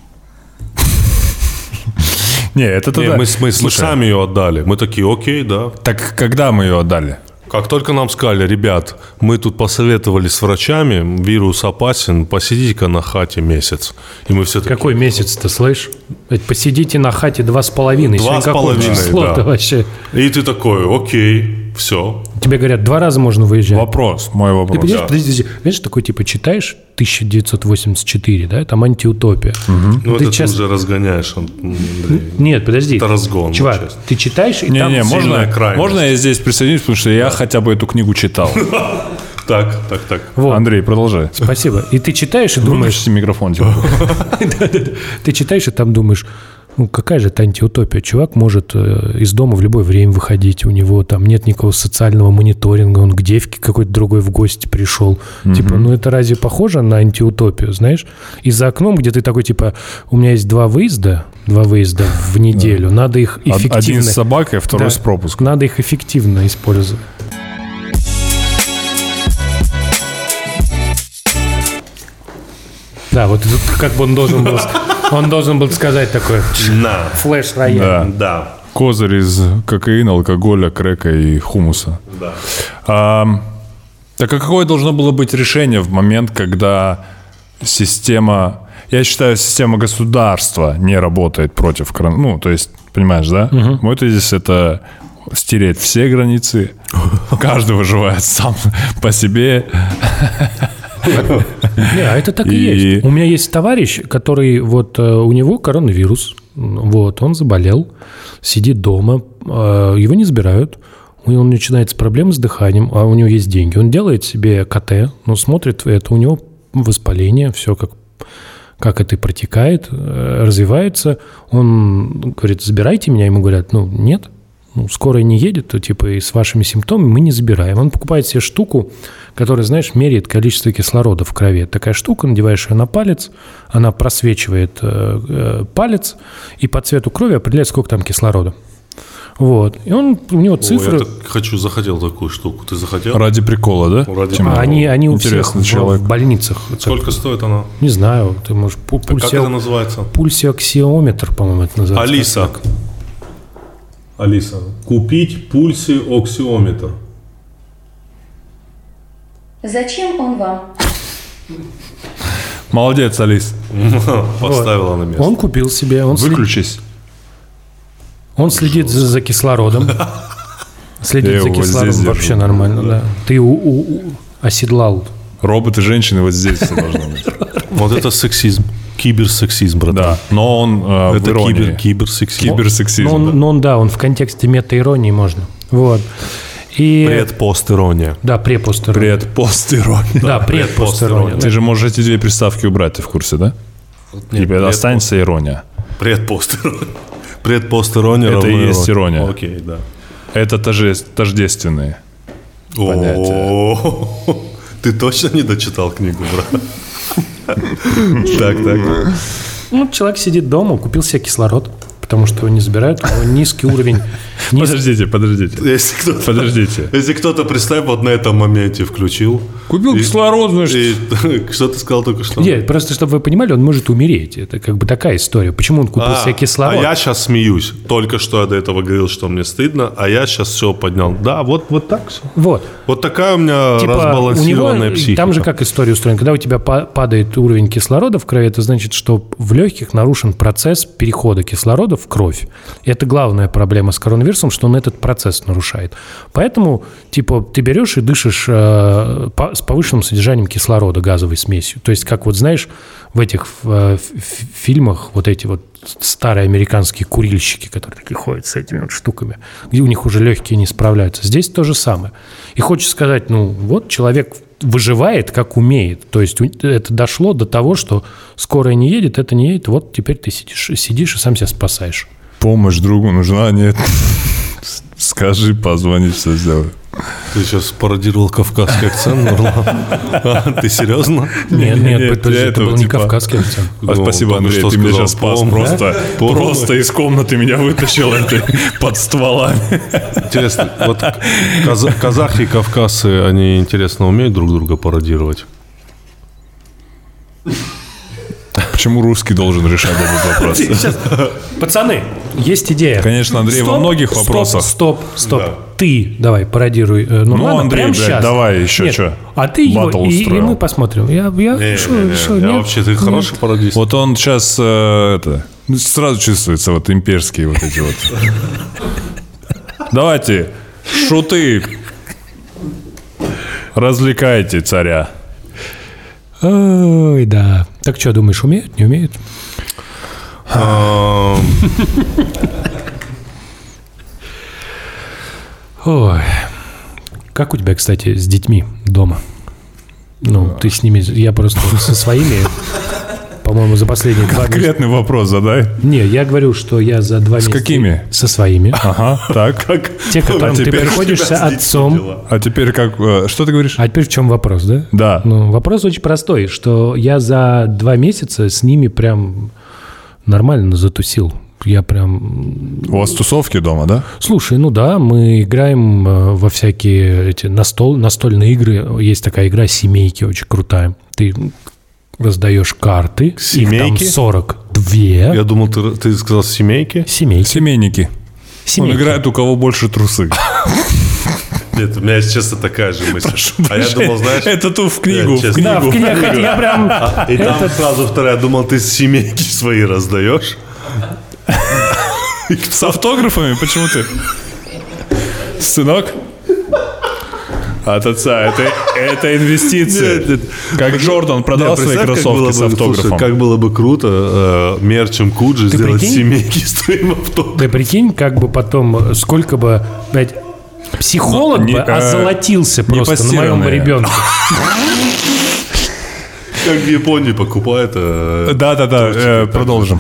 Не, это тогда... Мы сами ее отдали. Мы такие, окей, да. Так когда мы ее отдали? Как только нам сказали, ребят, мы тут посоветовались с врачами, вирус опасен, посидите-ка на хате месяц. И мы все такие... Какой месяц-то, слышь? Посидите на хате 2,5. 2,5, да. Вообще. И ты такой, окей, все. Тебе говорят, 2 раза можно выезжать. Мой вопрос. Ты понимаешь, подожди, знаешь, такой типа читаешь 1984, да, там антиутопия. Ну, это ты уже разгоняешь, Андрей. Нет, подожди. Это разгон. Чувак, честно. ты читаешь, и там... можно я здесь присоединюсь, потому что я хотя бы эту книгу читал. Так. Вот. Андрей, продолжай. Спасибо. И ты читаешь и думаешь... Выключите микрофон. Ты читаешь и там думаешь... Ну, какая же это антиутопия? Чувак может из дома в любое время выходить, у него там нет никакого социального мониторинга, он к девке какой-то другой в гости пришел. Типа, ну это разве похоже на антиутопию, знаешь? И за окном, где ты такой, типа, у меня есть 2 выезда в неделю, надо их эффективно... Один с собакой, второй с пропуском. Надо их эффективно использовать. Да, вот тут как бы он должен был сказать такое флеш-рояль. Да. Козырь из кокаина, алкоголя, крека и хумуса. Да. Так а какое должно было быть решение в момент, когда система... Я считаю, система государства не работает против коронавируса. Ну, то есть, понимаешь, да? Мой тезис – это стереть все границы. Каждый выживает сам по себе. Не, а это так и есть. У меня есть товарищ, который вот у него коронавирус, вот он заболел, сидит дома, его не забирают, он начинается проблемы с дыханием, а у него есть деньги, он делает себе КТ, но смотрит это, у него воспаление, все как это протекает, развивается, он говорит, забирайте меня, ему говорят, ну нет. Скорая не едет, то типа и с вашими симптомами мы не забираем. Он покупает себе штуку, которая, знаешь, меряет количество кислорода в крови. Такая штука, надеваешь ее на палец, она просвечивает палец, и по цвету крови определяет, сколько там кислорода. Вот. И у него цифры... Я захотел такую штуку. Ты захотел? Ради прикола, да? Они у всех в больницах. Сколько стоит она? Не знаю. Ты можешь... Как это называется? Пульсиоксиометр, по-моему, это называется. Алиса, купить пульсиоксиометр. Зачем он вам? Молодец, Алис. Поставила на место. Он купил себе. Выключись. Он следит за кислородом. Следить за кислородом вообще нормально, да. Ты оседлал. Роботы, женщины вот здесь все должны быть. Вот это сексизм. Киберсексизм, братан. Да, но он в иронии. Киберсексизм. Киберсексизм, Он в контексте мета-иронии можно. Вот. И... Пред-пост-ирония. Да, пред-пост-ирония. Пред-пост-ирония. Да, пред-пост-ирония. Ты же можешь эти две приставки убрать, ты в курсе, да? Тебе останется ирония. Пред-пост-ирония. Пред-пост-ирония Это и есть ирония. Окей, да. Это тождественные понятия. Ты точно не дочитал книгу, брат? Так. Ну, человек сидит дома, купил себе кислород, потому что его не забирают, у него низкий уровень. Подождите. Если кто-то, представь, вот на этом моменте включил. Купил кислород, значит. Что ты сказал только что? Нет, просто чтобы вы понимали, он может умереть. Это как бы такая история. Почему он купил себе кислород? А я сейчас смеюсь. Только что я до этого говорил, что мне стыдно, а я сейчас все поднял. Да, вот так все. Вот такая у меня разбалансированная психика. Там же как история устроена. Когда у тебя падает уровень кислорода в крови, это значит, что в легких нарушен процесс перехода кислорода в кровь. И это главная проблема с коронавирусом, что он этот процесс нарушает. Поэтому, ты берешь и дышишь с повышенным содержанием кислорода, газовой смесью. То есть, как вот знаешь, в этих фильмах вот эти вот старые американские курильщики, которые такие ходят с этими вот штуками, где у них уже легкие не справляются. Здесь то же самое. И хочется сказать, вот человек выживает, как умеет. То есть это дошло до того, что скорая не едет, это не едет, вот теперь ты сидишь и сам себя спасаешь. Помощь другу нужна, нет? Скажи, позвони, все сделаю. Ты сейчас пародировал кавказский акцент, Нурлан? Ты серьезно? Нет, это был не кавказский акцент. Спасибо, Андрей, ты меня сейчас спас. Просто из комнаты меня вытащил под стволами. Интересно, вот казахи и кавказцы, они, интересно, умеют друг друга пародировать? Почему русский должен решать этот вопрос? Сейчас, пацаны, есть идея. Конечно, Андрей, во многих вопросах. Стоп. Да. Ты давай пародируй. Андрей, блядь, давай еще что. А ты его, и мы посмотрим. Я вообще, ты хороший пародист. Вот он сейчас, сразу чувствуется, вот имперские вот эти вот. Давайте, шуты. Развлекайте царя. Ой, да. Так что, думаешь, умеют, не умеют? Ой. Как у тебя, кстати, с детьми дома? Ты с ними... Я просто со своими... По-моему, за последние 2 месяца... Конкретный вопрос задай. Не, я говорю, что я за 2 месяца... С какими? Со своими. Ага, так. Те, которым ты приходишься отцом. А теперь как... Что ты говоришь? А теперь в чем вопрос, да? Да. Вопрос очень простой, что я за 2 месяца с ними прям нормально затусил. Я прям... У вас тусовки дома, да? Слушай, да, мы играем во всякие эти настольные игры. Есть такая игра «Семейки», очень крутая. Ты... раздаешь карты, семейки? Их там 42. Я думал, ты сказал семейки? Семейники. Он играет, у кого больше трусы. Нет, у меня, честно, такая же мысль. А я думал, знаешь... Это тут в книгу. Да, в книгу. Я прям... И там сразу вторая. Я думал, ты семейки свои раздаешь. С автографами? Почему ты? Сынок? От отца. Это инвестиция. Как Джордан продал свои кроссовки с автографом. Слушай, как было бы круто мерчем Куджи сделать семейки с твоим автографом. Ты прикинь, как бы потом, сколько бы, блядь, психолог бы озолотился просто на моем ребенке. Как в Японии покупают. Да, продолжим.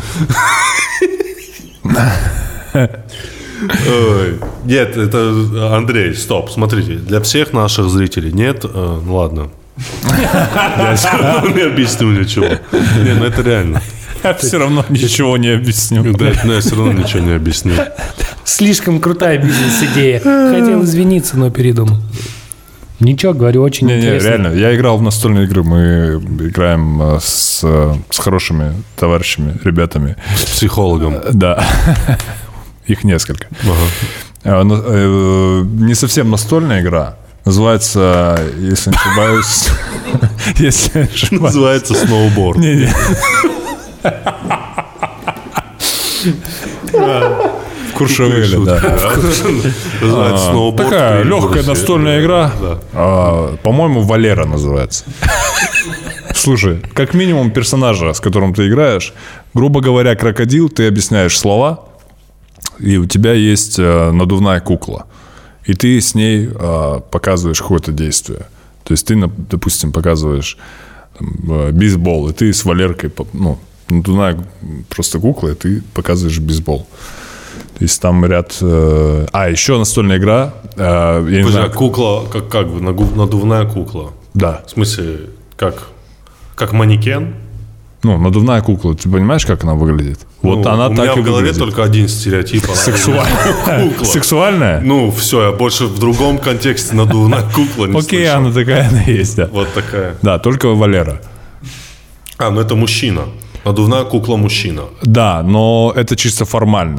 Нет, это Андрей, стоп, смотрите, для всех наших зрителей нет, ладно. Я все равно не объясню ничего. Не, это реально. Я все равно ничего не объясню. Да, я все равно ничего не объясню. Слишком крутая бизнес-идея. Хотел извиниться, но передумал. Ничего, говорю, очень интересно. Реально, я играл в настольные игры. Мы играем с хорошими товарищами, ребятами. С психологом. Да. Их несколько. Не совсем настольная игра. Называется, если не ошибаюсь... Называется сноуборд. Куршевеле, да. Такая легкая настольная игра. По-моему, Валера называется. Слушай, как минимум персонажа, с которым ты играешь, грубо говоря, крокодил, ты объясняешь слова, и у тебя есть надувная кукла. И ты с ней показываешь какое-то действие. То есть ты, допустим, показываешь бейсбол, и ты с Валеркой, надувная просто кукла, и ты показываешь бейсбол. То есть там ряд... еще настольная игра. Я не знаю, кукла, как бы, надувная кукла. Да. В смысле, как манекен? Надувная кукла. Ты понимаешь, как она выглядит? Вот она так и выглядит. У меня в голове только один стереотип. Сексуальная? Все, я больше в другом контексте надувная кукла не Окей, она такая, она есть, да. Вот такая. Да, только Валера. Это мужчина. Надувная кукла мужчина. Да, но это чисто формально.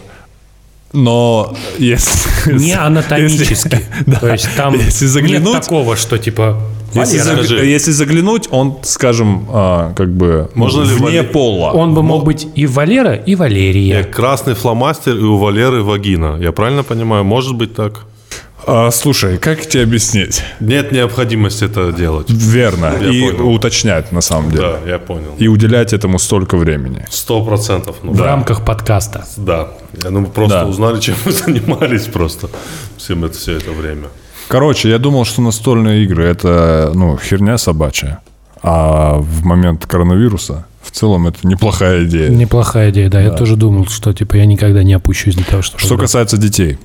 Но если... Не анатомически. То есть там нет такого, что типа... Если заглянуть, он, скажем, как бы можно вне пола. Он бы мог быть и Валера, и Валерия. Красный фломастер, и у Валеры вагина. Я правильно понимаю? Может быть так? Слушай, как тебе объяснить? Нет необходимости это делать. Верно. И уточнять, на самом деле. Да, я понял. И уделять этому столько времени. 100%. В рамках подкаста. Да. Я думаю, просто узнали, чем мы занимались просто все это время. Короче, я думал, что настольные игры – это, херня собачья. А в момент коронавируса в целом это неплохая идея. Неплохая идея, да. Я тоже думал, что я никогда не опущусь для того, чтобы... Что касается детей.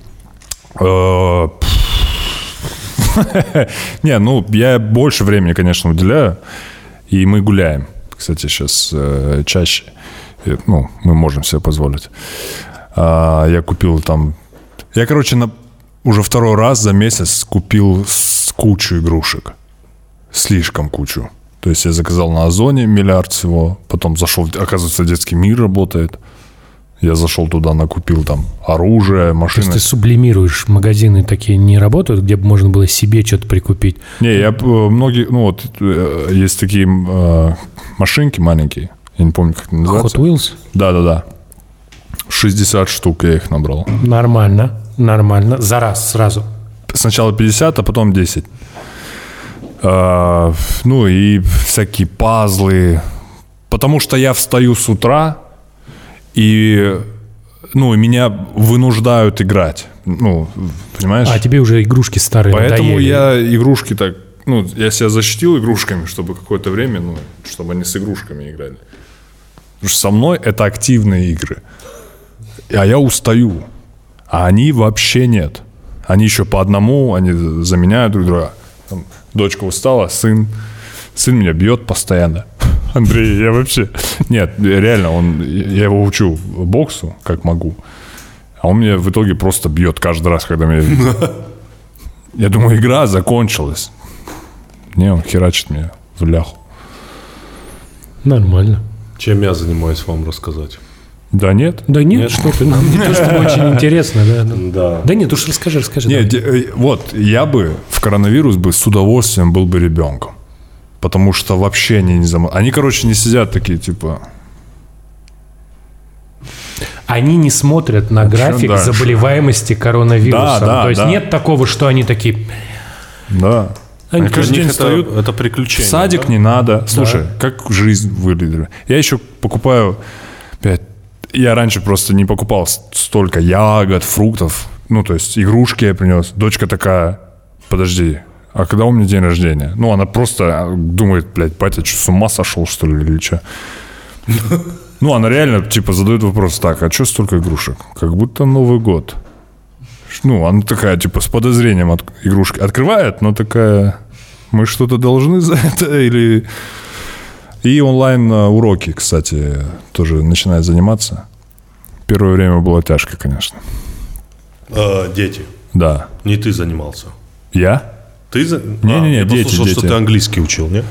Я больше времени, конечно, уделяю. И мы гуляем. Кстати, сейчас чаще. Мы можем себе позволить. Я купил там... Я, уже второй раз за месяц купил кучу игрушек. Слишком кучу. То есть я заказал на Озоне миллиард всего. Потом зашел, оказывается, детский мир работает. Я зашел туда, накупил там оружие, машины. То есть ты сублимируешь, магазины такие не работают, где бы можно было себе что-то прикупить? Не, есть такие машинки маленькие. Я не помню, как это называется. Hot Wheels? Да. 60 штук я их набрал. Нормально. За раз, сразу. Сначала 50, а потом 10. И всякие пазлы. Потому что я встаю с утра, и меня вынуждают играть. Понимаешь? А тебе уже игрушки старые Поэтому надоели. я игрушки так... я себя защитил игрушками, чтобы какое-то время, чтобы они с игрушками играли. Потому что со мной это активные игры. А я устаю. А они вообще нет. Они еще по одному, они заменяют друг друга. Там, дочка устала, сын меня бьет постоянно. Андрей, я вообще... Нет, реально, я его учу боксу, как могу. А он меня в итоге просто бьет каждый раз, когда меня... Я думаю, игра закончилась. Не, он херачит меня в ляху. Нормально. Чем я занимаюсь, вам рассказать? Да нет? Да нет, что ты, нам не то, что очень интересно, да. Да нет, уж расскажи. Нет, я бы в коронавирус с удовольствием был бы ребенком. Потому что вообще они не Они, не сидят такие, типа... Они не смотрят на график заболеваемости коронавирусом. То есть нет такого, что они такие... Да. Они каждый день встают. Это приключение. В садик не надо. Слушай, как жизнь выглядит. Я еще покупаю... Я раньше просто не покупал столько ягод, фруктов. То есть игрушки я принес. Дочка такая, подожди, а когда у меня день рождения? Она просто думает, батя, что, с ума сошел, что ли, или что? Она реально, задает вопрос, так, а что столько игрушек? Как будто Новый год. Она такая, с подозрением игрушки открывает, но такая, мы что-то должны за это, или... И онлайн-уроки, кстати, тоже начинают заниматься. Первое время было тяжко, конечно. Дети? Да. Не ты занимался? Я? Ты? Не-не-не, я дети. послушал, что ты английский учил, нет?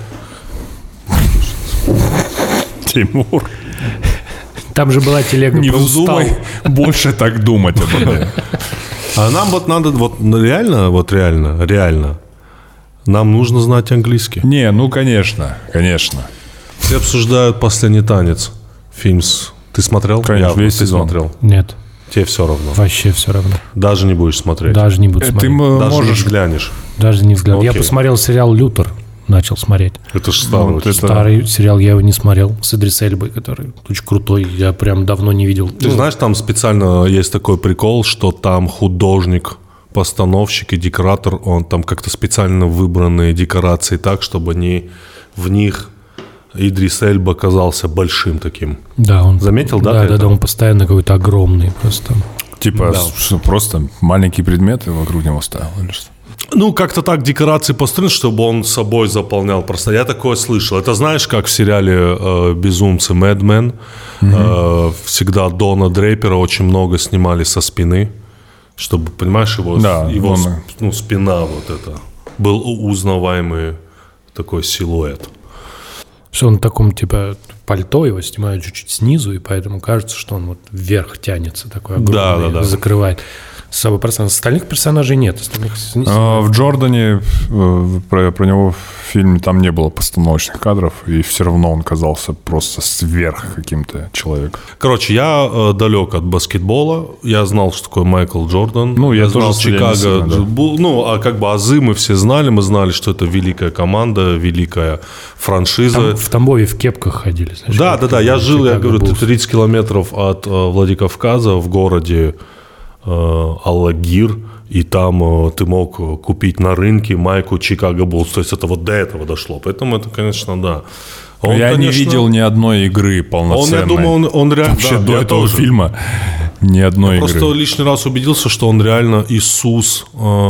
Тимур. Там же была телега. Не вздумай больше так думать об этом. А нам надо, реально, нам нужно знать английский. Не, конечно. Все обсуждают «Последний танец». Фильм Ты смотрел? Конечно, весь сезон. Смотрел. Нет. Тебе все равно. Вообще все равно. Даже не будешь смотреть. Даже не буду смотреть. Ты Даже можешь... не взглянешь. Даже не взглянул. Я Окей. посмотрел сериал «Лютер». Начал смотреть. Это же старый. Вот это- Старый сериал, я его не смотрел. С Идрис Эльбой, который очень крутой. Я прям давно не видел. Ты знаешь, там специально есть такой прикол, что там художник, постановщик и декоратор, он там как-то специально выбранные декорации так, чтобы они в них Идрис Эльба казался большим таким. Да, он... Заметил, да, Да, ты да, это? да, он постоянно какой-то огромный просто. Типа, что, просто маленькие предметы вокруг него ставил или что? Ну, как-то так декорации построены, чтобы он собой заполнял. Просто я такое слышал. Это знаешь, как в сериале «Безумцы» «Мэд Мен». Всегда Дона Дрейпера очень много снимали со спины, чтобы, понимаешь, его он- спина вот это. Был узнаваемый такой силуэт. Что он в таком, типа, пальто его снимают чуть-чуть снизу, и поэтому кажется, что он вот вверх тянется, такой огромный, Да. закрывает с собой пространство. Остальных персонажей нет. Остальных В Джордане, про него в фильме там не было постановочных кадров, и все равно он казался просто сверх каким-то человеком. Короче, я далек от баскетбола. Я знал, что такое Майкл Джордан. Ну, я знал тоже сильно, Чикаго. да. Ну, а как бы азы мы все знали. Мы знали, что это великая команда, великая франшиза. Там в Тамбове в кепках ходили. Знаешь, Да. Я жил, я Чикаго говорю, Буллс. 30 километров от Владикавказа в городе Аллагир. И там ты мог купить на рынке майку Чикаго Буллс. То есть это вот до этого дошло. Поэтому это, конечно, да. Он, я не конечно, видел ни одной игры полноценной. я думаю, он реально... Вообще да, до я этого тоже. фильма ни одной игры. Просто лишний раз убедился, что он реально Иисус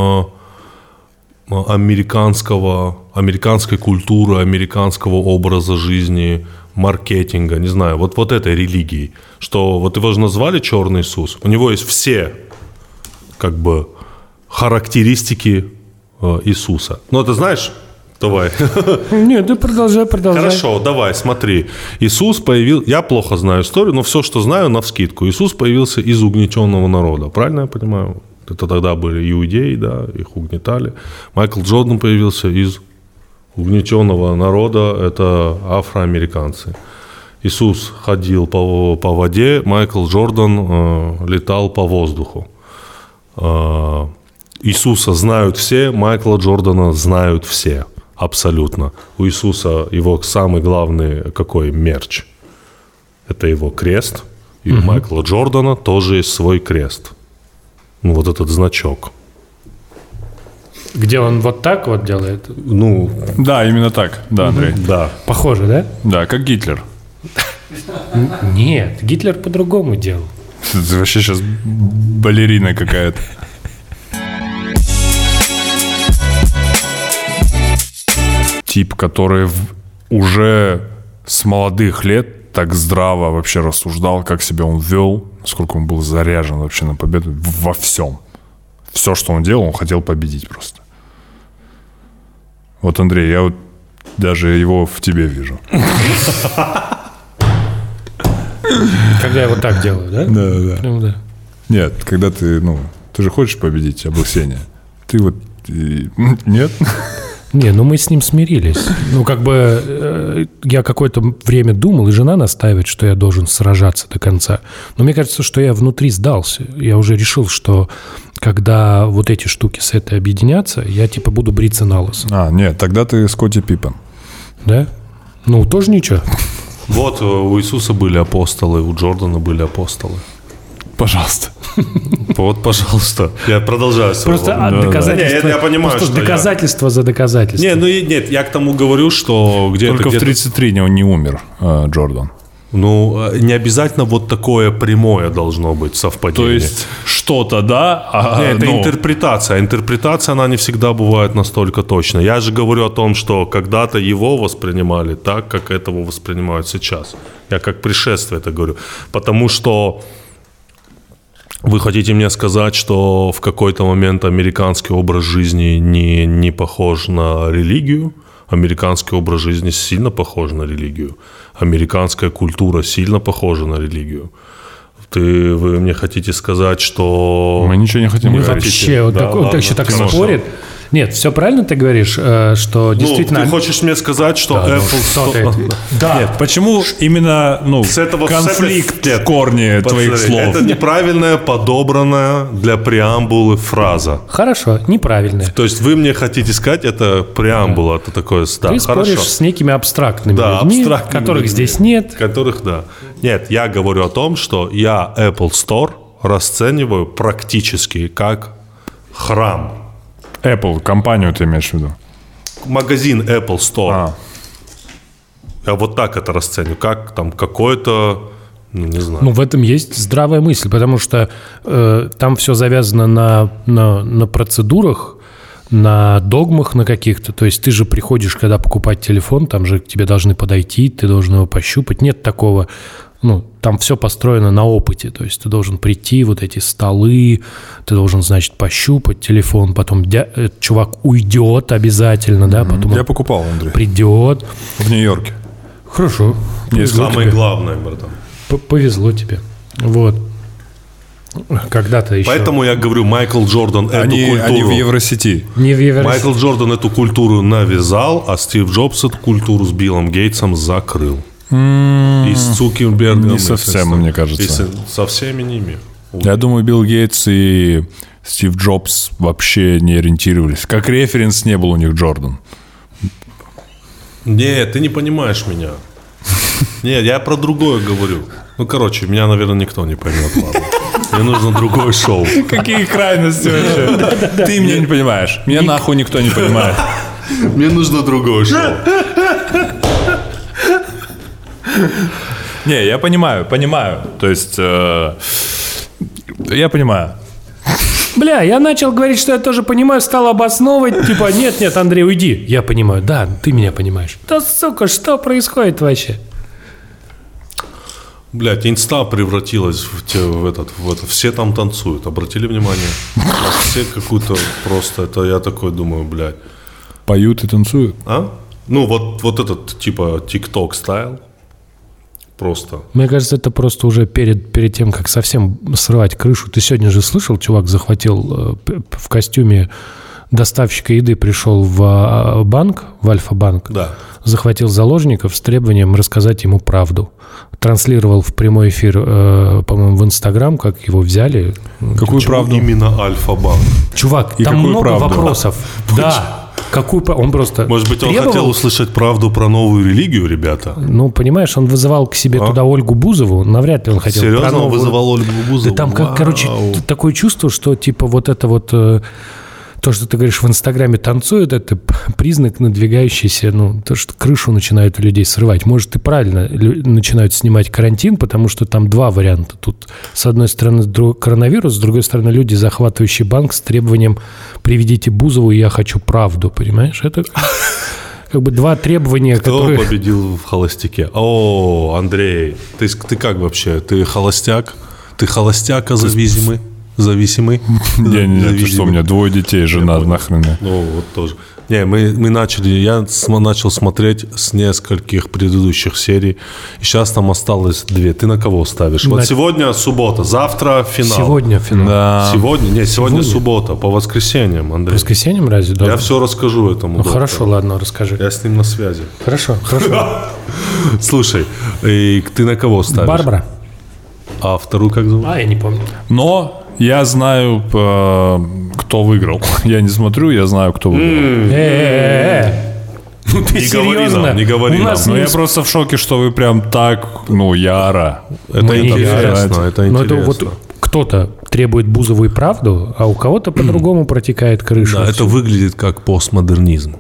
американской культуры, американского образа жизни, маркетинга, не знаю, вот этой религии. Что вот его же назвали Черный Иисус. У него есть все как бы характеристики Иисуса. Ну, это знаешь... Давай. Нет, ты продолжай. Хорошо, давай, смотри. Иисус появился... Я плохо знаю историю, но все, что знаю, навскидку. Иисус появился из угнетенного народа. Правильно я понимаю? Это тогда были иудеи, да, их угнетали. Майкл Джордан появился из угнетенного народа. Это афроамериканцы. Иисус ходил по воде, Майкл Джордан летал по воздуху. Иисуса знают все, Майкла Джордана знают все. Абсолютно. У Иисуса его самый главный какой мерч? Это его крест. И у Майкла Джордана тоже есть свой крест. Ну, вот этот значок. Где он вот так вот делает? Ну, Да, именно так. Да, Андрей. да. Похоже, да? Да, как Гитлер. Нет, Гитлер по-другому делал. Это вообще сейчас балерина какая-то. Тип, который уже с молодых лет так здраво вообще рассуждал, как себя он вел, насколько он был заряжен вообще на победу во всем. Все, что он делал, он хотел победить просто. Вот, Андрей, я вот даже его в тебе вижу. Когда я вот так делаю, да? Да. Прям да. Нет, когда ты же хочешь победить облысение. Ты вот... Нет? Не, ну мы с ним смирились. Ну, как бы я какое-то время думал, и жена настаивает, что я должен сражаться до конца. Но мне кажется, что я внутри сдался. Я уже решил, что когда вот эти штуки с этой объединятся, я типа буду бриться на лысо. Нет, тогда ты Скотти Пиппен. Да? Ну, тоже ничего. Вот у Иисуса были апостолы, у Джордана были апостолы. Пожалуйста. Вот, пожалуйста. Я продолжаю. Просто доказательства. Я понимаю, просто что доказательство за доказательство. Нет, я к тому говорю, что где-то... Только в 33 он не умер, Джордан. Ну, не обязательно вот такое прямое должно быть совпадение. То есть что-то, да? Нет, это интерпретация. Интерпретация, она не всегда бывает настолько точной. Я же говорю о том, что когда-то его воспринимали так, как этого воспринимают сейчас. Я как пришествие это говорю. Потому что вы хотите мне сказать, что в какой-то момент американский образ жизни не похож на религию? Американский образ жизни сильно похож на религию. Американская культура сильно похожа на религию. Вы мне хотите сказать, что... Мы ничего не хотим говорить. Вообще, он так спорит. Нет, все правильно ты говоришь, что действительно... Ты хочешь мне сказать, что Apple Store... Да. Нет, почему именно конфликт в корне твоих слов? Это неправильная, подобранная для преамбулы фраза. Хорошо, неправильная. То есть вы мне хотите сказать, это преамбула, это такое... Ты споришь с некими абстрактными людьми, которых здесь нет. Которых, да. Нет, я говорю о том, что я Apple Store расцениваю практически как храм. Apple, компанию ты имеешь в виду? Магазин Apple Store. Я вот так это расцениваю, как там какой-то, не знаю. В этом есть здравая мысль, потому что там все завязано на процедурах, на догмах на каких-то. То есть ты же приходишь, когда покупать телефон, там же к тебе должны подойти, ты должен его пощупать. Нет такого, там все построено на опыте. То есть ты должен прийти, вот эти столы, ты должен, значит, пощупать телефон, потом чувак уйдет обязательно, да, потом я покупал, Андрей. Придет. В Нью-Йорке. Хорошо. Самое главное, братан. Повезло тебе. Вот. Когда-то еще. Поэтому я говорю, Майкл Джордан эту культуру... Они в Евросети. Не в Евросети. Майкл Джордан эту культуру навязал, а Стив Джобс эту культуру с Биллом Гейтсом закрыл. И с Цукербергом. Не совсем, мне кажется. Со всеми ними. Я думаю, Билл Гейтс и Стив Джобс вообще не ориентировались. Как референс не был у них Джордан. Нет, ты не понимаешь меня. Нет, я про другое говорю. Меня, наверное, никто не поймет, ладно. Мне нужно другое шоу. Какие крайности вообще? Ты меня не понимаешь. Меня нахуй никто не понимает. Мне нужно другое шоу. Не, я понимаю. То есть, я понимаю. Бля, я начал говорить, что я тоже понимаю, стал обосновывать, типа, нет, Андрей, уйди. Я понимаю, да, ты меня понимаешь. Да, сука, что происходит вообще? Блядь, инста превратилась в этот. Все там танцуют, обратили внимание? Все какую-то просто, это я такой думаю, блядь. Поют и танцуют? А? Вот этот, типа, TikTok стайл. Просто. Мне кажется, это просто уже перед тем, как совсем срывать крышу. Ты сегодня же слышал, чувак захватил в костюме доставщика еды, пришел в банк, в Альфа-банк, да. Захватил заложников с требованием рассказать ему правду. Транслировал в прямой эфир, по-моему, в Инстаграм, как его взяли. Какую правду? Именно Альфа-банк. Чувак, и там много вопросов. Да. Он просто Может быть, он хотел услышать правду про новую религию, ребята? Понимаешь, он вызывал к себе туда Ольгу Бузову. Навряд ли он хотел. Серьезно, он вызывал Ольгу Бузову? Да там, такое чувство, что типа вот это вот... То, что ты говоришь, в Инстаграме танцуют, это признак надвигающийся, то, что крышу начинают у людей срывать. Может, и правильно начинают снимать карантин, потому что там два варианта. Тут, с одной стороны, коронавирус, с другой стороны, люди, захватывающие банк с требованием «приведите Бузову, я хочу правду», понимаешь? Это как бы два требования, которые... Кто победил в холостяке? О, Андрей, ты как вообще? Ты холостяк? Ты холостяка зависимый? Не, что у меня 2 детей, жена нахрен. Вот тоже. Не, мы начали, я начал смотреть с нескольких предыдущих серий, и сейчас там осталось 2. Ты на кого ставишь? Вот сегодня суббота, завтра финал. Сегодня финал. Да. Сегодня суббота, по воскресеньям, Андрей. По воскресеньям разве? Я все расскажу этому доктору. Хорошо, ладно, расскажи. Я с ним на связи. Хорошо. Слушай, ты на кого ставишь? Барбара. А вторую как зовут? Я не помню. Но я знаю, кто выиграл. Я не смотрю, я знаю, кто выиграл. Ты серьезно? Не говори нам. Но я просто в шоке, что вы прям так, яро. Это интересно. Но это вот кто-то требует Бузову и правду, а у кого-то по-другому протекает крыша. Да, это выглядит как постмодернизм.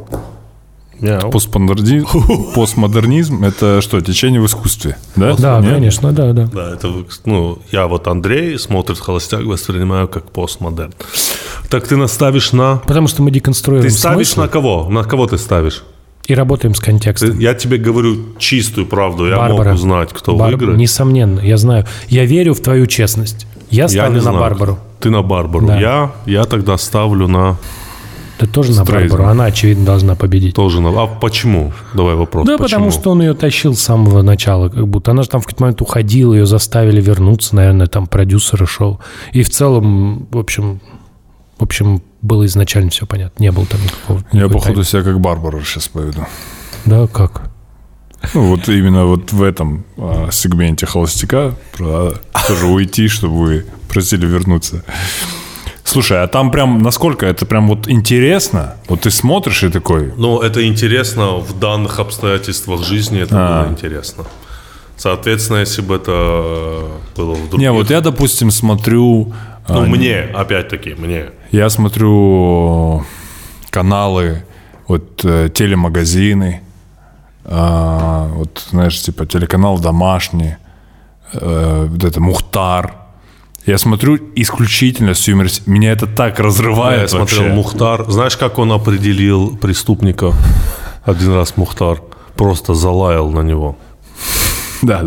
Постмодернизм – это что, течение в искусстве? Да, да, конечно, да. Да, это, я Андрей, смотрит «Холостяк», воспринимаю как постмодерн. Так ты наставишь на... Потому что мы деконструируем Ты ставишь смыслы. на кого? На кого ты ставишь? И работаем с контекстом. Я тебе говорю чистую правду. Я Барбара. могу знать, кто выиграет. Несомненно, я знаю. Я верю в твою честность. Я ставлю на Барбару. Ты на Барбару. Да. Я тогда ставлю на... Ты тоже на Барбару. Она, очевидно, должна победить. Тоже на... А почему? Давай вопрос. Да, почему? потому что он ее тащил с самого начала. Как будто. Она же там в какой-то момент уходила, ее заставили вернуться, наверное, там продюсеры шоу. И в целом, в общем... в общем, было изначально все понятно, не было там никакого... Я, походу, себя как Барбара сейчас поведу. Да, как? Ну, вот именно вот в этом сегменте холостяка тоже уйти, чтобы вы просили вернуться. Слушай, а там прям, насколько это прям вот интересно? Вот ты смотришь и такой... Ну, это интересно в данных обстоятельствах жизни, это было интересно. Соответственно, если бы это было в других... Не, вот я, допустим, смотрю... Ну, мне, опять-таки, мне. Я смотрю каналы, вот телемагазины, вот, знаешь, типа телеканал «Домашний», вот это «Мухтар». Я смотрю исключительно с юмором. Меня это так разрывает. Я смотрел «Мухтар». Знаешь, как он определил преступника? Один раз Мухтар просто залаял на него. Да.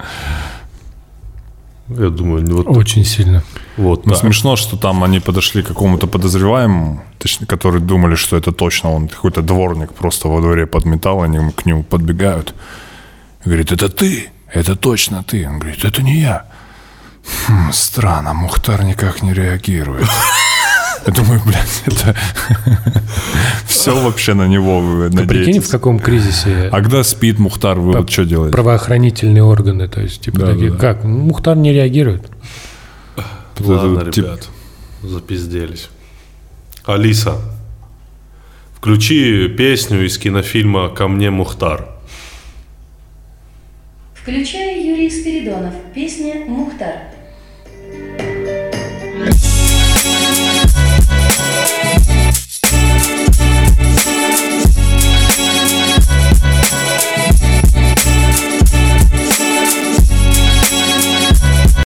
Я думаю, вот очень сильно. Вот. Ну, смешно, что там они подошли к какому-то подозреваемому, точнее, которые думали, что это точно он, какой-то дворник просто во дворе подметал, они к нему подбегают. Говорит, это ты, это точно ты. Он говорит, это не я. Странно, Мухтар никак не реагирует. Я думаю, блядь, это все вообще на него вы надеетесь. Ты прикинь, в каком кризисе... А когда спит Мухтар, вы вот что делаете? Правоохранительные органы, то есть, типа, такие, как? Мухтар не реагирует. Ладно, ребят, запизделись. Алиса, включи песню из кинофильма «Ко мне Мухтар». Включай Юрий Спиридонов. Песня «Мухтар».